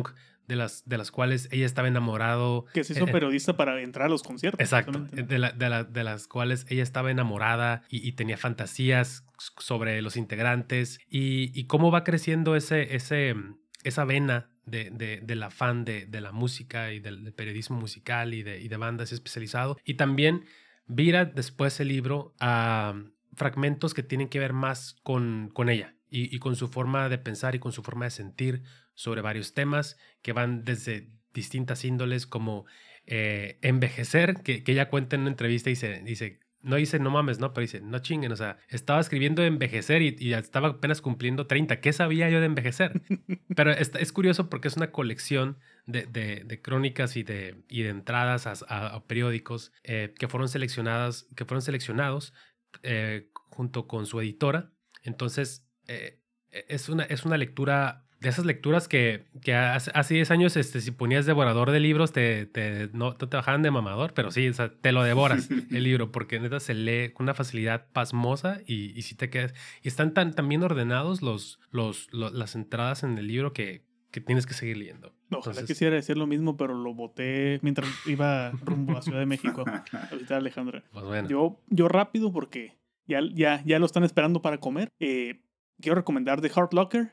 A: de las, de las cuales ella estaba enamorado.
B: Que se hizo
A: eh,
B: periodista para entrar a los conciertos.
A: Exacto, de, la, de, la, de las cuales ella estaba enamorada y, y tenía fantasías sobre los integrantes y, y cómo va creciendo ese, ese, esa vena de, de, del afán de, de la música y del, del periodismo musical y de, y de bandas especializado. Y también vira después el libro a fragmentos que tienen que ver más con, con ella y, y con su forma de pensar y con su forma de sentir sobre varios temas que van desde distintas índoles como eh, envejecer, que, que ella cuenta en una entrevista y dice, dice, no dice no mames, ¿no? Pero dice, no chinguen, o sea, estaba escribiendo de envejecer y, y estaba apenas cumpliendo treinta. ¿Qué sabía yo de envejecer? Pero es, es curioso porque es una colección de, de, de crónicas y de, y de entradas a, a, a periódicos eh, que fueron seleccionadas, que fueron seleccionados eh, junto con su editora. Entonces, eh, es, una, es una lectura... De esas lecturas que, que hace, hace diez años, este, si ponías devorador de libros, te, te, no, no te bajaban de mamador, pero sí, o sea, te lo devoras el libro, porque neta se lee con una facilidad pasmosa y, y si te quedas. Y están tan, tan bien ordenados los, los, los, las entradas en el libro que, que tienes que seguir leyendo.
B: Ojalá
A: Entonces,
B: quisiera decir lo mismo, pero lo boté mientras iba rumbo a Ciudad de México a visitar a Alejandra.
A: Pues bueno.
B: Yo, yo rápido, porque ya, ya, ya lo están esperando para comer. Eh, quiero recomendar The Hurt Locker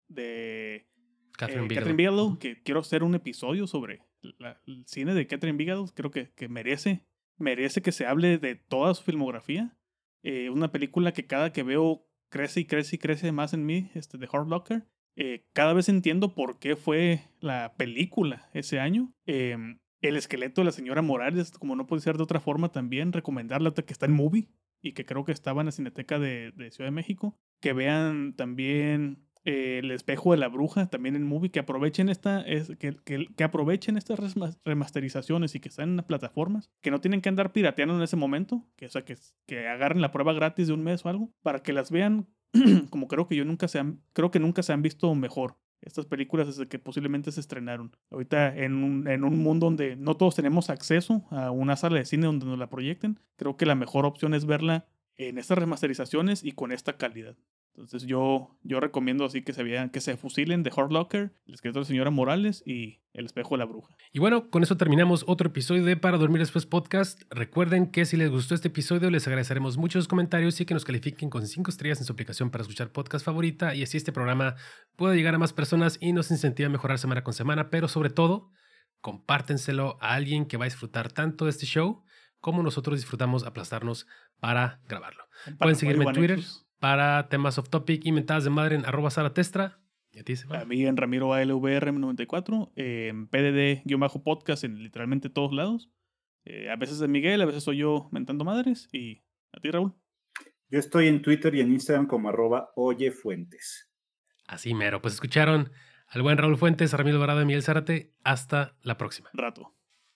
B: de
A: Catherine,
B: eh,
A: Bigelow.
B: Catherine Bigelow, que quiero hacer un episodio sobre la, el cine de Catherine Bigelow. Creo que, que merece, merece que se hable de toda su filmografía. Eh, una película que cada que veo crece y crece y crece más en mí, este, The Hurt Locker. Eh, cada vez entiendo por qué fue la película ese año. Eh, el esqueleto de la señora Morales, como no puede ser de otra forma, también recomendarle que está en Movie y que creo que estaba en la Cineteca de, de Ciudad de México. Que vean también eh, El espejo de la bruja, también en Movie, que aprovechen esta, es, que, que, que aprovechen estas remasterizaciones y que están en las plataformas, que no tienen que andar pirateando en ese momento, que, o sea, que, que agarren la prueba gratis de un mes o algo, para que las vean como creo que yo nunca se han, creo que nunca se han visto mejor estas películas desde que posiblemente se estrenaron. Ahorita en un, en un mundo donde no todos tenemos acceso a una sala de cine donde nos la proyecten, creo que la mejor opción es verla en estas remasterizaciones y con esta calidad. Entonces yo, yo recomiendo así que se vean, que se fusilen The Hurt Locker, El esqueleto de la señora Morales y El espejo de la bruja.
A: Y bueno, con eso terminamos otro episodio de Para Dormir Después Podcast. Recuerden que si les gustó este episodio, les agradeceremos muchos comentarios y que nos califiquen con cinco estrellas en su aplicación para escuchar podcast favorita, y así este programa pueda llegar a más personas y nos incentive a mejorar semana con semana, pero sobre todo, compártenselo a alguien que va a disfrutar tanto de este show como nosotros disfrutamos aplastarnos para grabarlo.
B: Para
A: Pueden seguirme en Twitter
B: Nexus.
A: para temas off topic y mentadas de madre en arroba saratestra. ¿Y a ti,
B: A mí en Ramiro A L V R M noventa y cuatro, eh, en P D D-podcast en literalmente todos lados. Eh, a veces es Miguel, a veces soy yo mentando madres. Y a ti, Raúl.
C: Yo estoy en Twitter y en Instagram como arroba oyefuentes.
A: Así mero. Pues escucharon al buen Raúl Fuentes, a Ramiro Dorado y Miguel Zárate. Hasta la próxima.
B: Rato.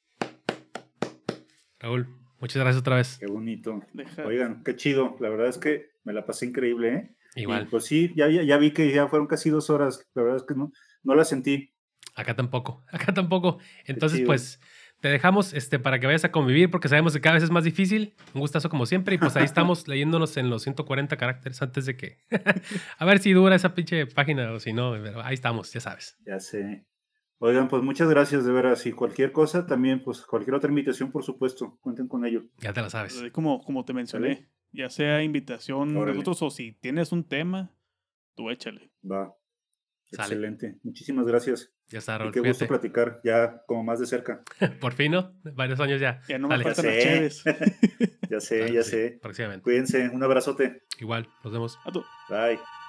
A: Raúl, muchas gracias otra vez.
C: Qué bonito.
B: Deja.
C: Oigan, qué chido. La verdad es que me la pasé increíble, ¿eh?
A: Igual.
C: Y pues sí, ya, ya, ya vi que ya fueron casi dos horas. La verdad es que no, no la sentí.
A: Acá tampoco, acá tampoco. Entonces,
C: chido.
A: pues, te dejamos este, para que vayas a convivir porque sabemos que cada vez es más difícil. Un gustazo como siempre. Y pues ahí estamos leyéndonos en los ciento cuarenta caracteres antes de que... a ver si dura esa pinche página o si no. Pero ahí estamos, ya sabes.
C: Ya sé. Oigan, pues muchas gracias, de veras. Y cualquier cosa también, pues cualquier otra invitación, por supuesto, cuenten con ello.
A: Ya te la sabes.
B: Como, como te mencioné,
C: ¿Vale?
B: ya sea invitación de
C: Órale.
B: nosotros o si tienes un tema, tú échale.
C: Va.
A: Sale.
C: Excelente. Muchísimas gracias.
A: Ya está,
C: Y
A: Raúl.
C: qué gusto
A: Fíjate.
C: platicar ya como más de cerca.
A: Por fin, ¿no? Varios años ya.
B: Ya no me
A: Sale.
C: Ya
B: faltan las
C: sé.
B: cheves.
C: Ya sé,
A: Claro
C: ya
A: que sí,
C: sé.
A: próximamente.
C: Cuídense. Un abrazote.
A: Igual, nos vemos.
B: A tú.
C: Bye.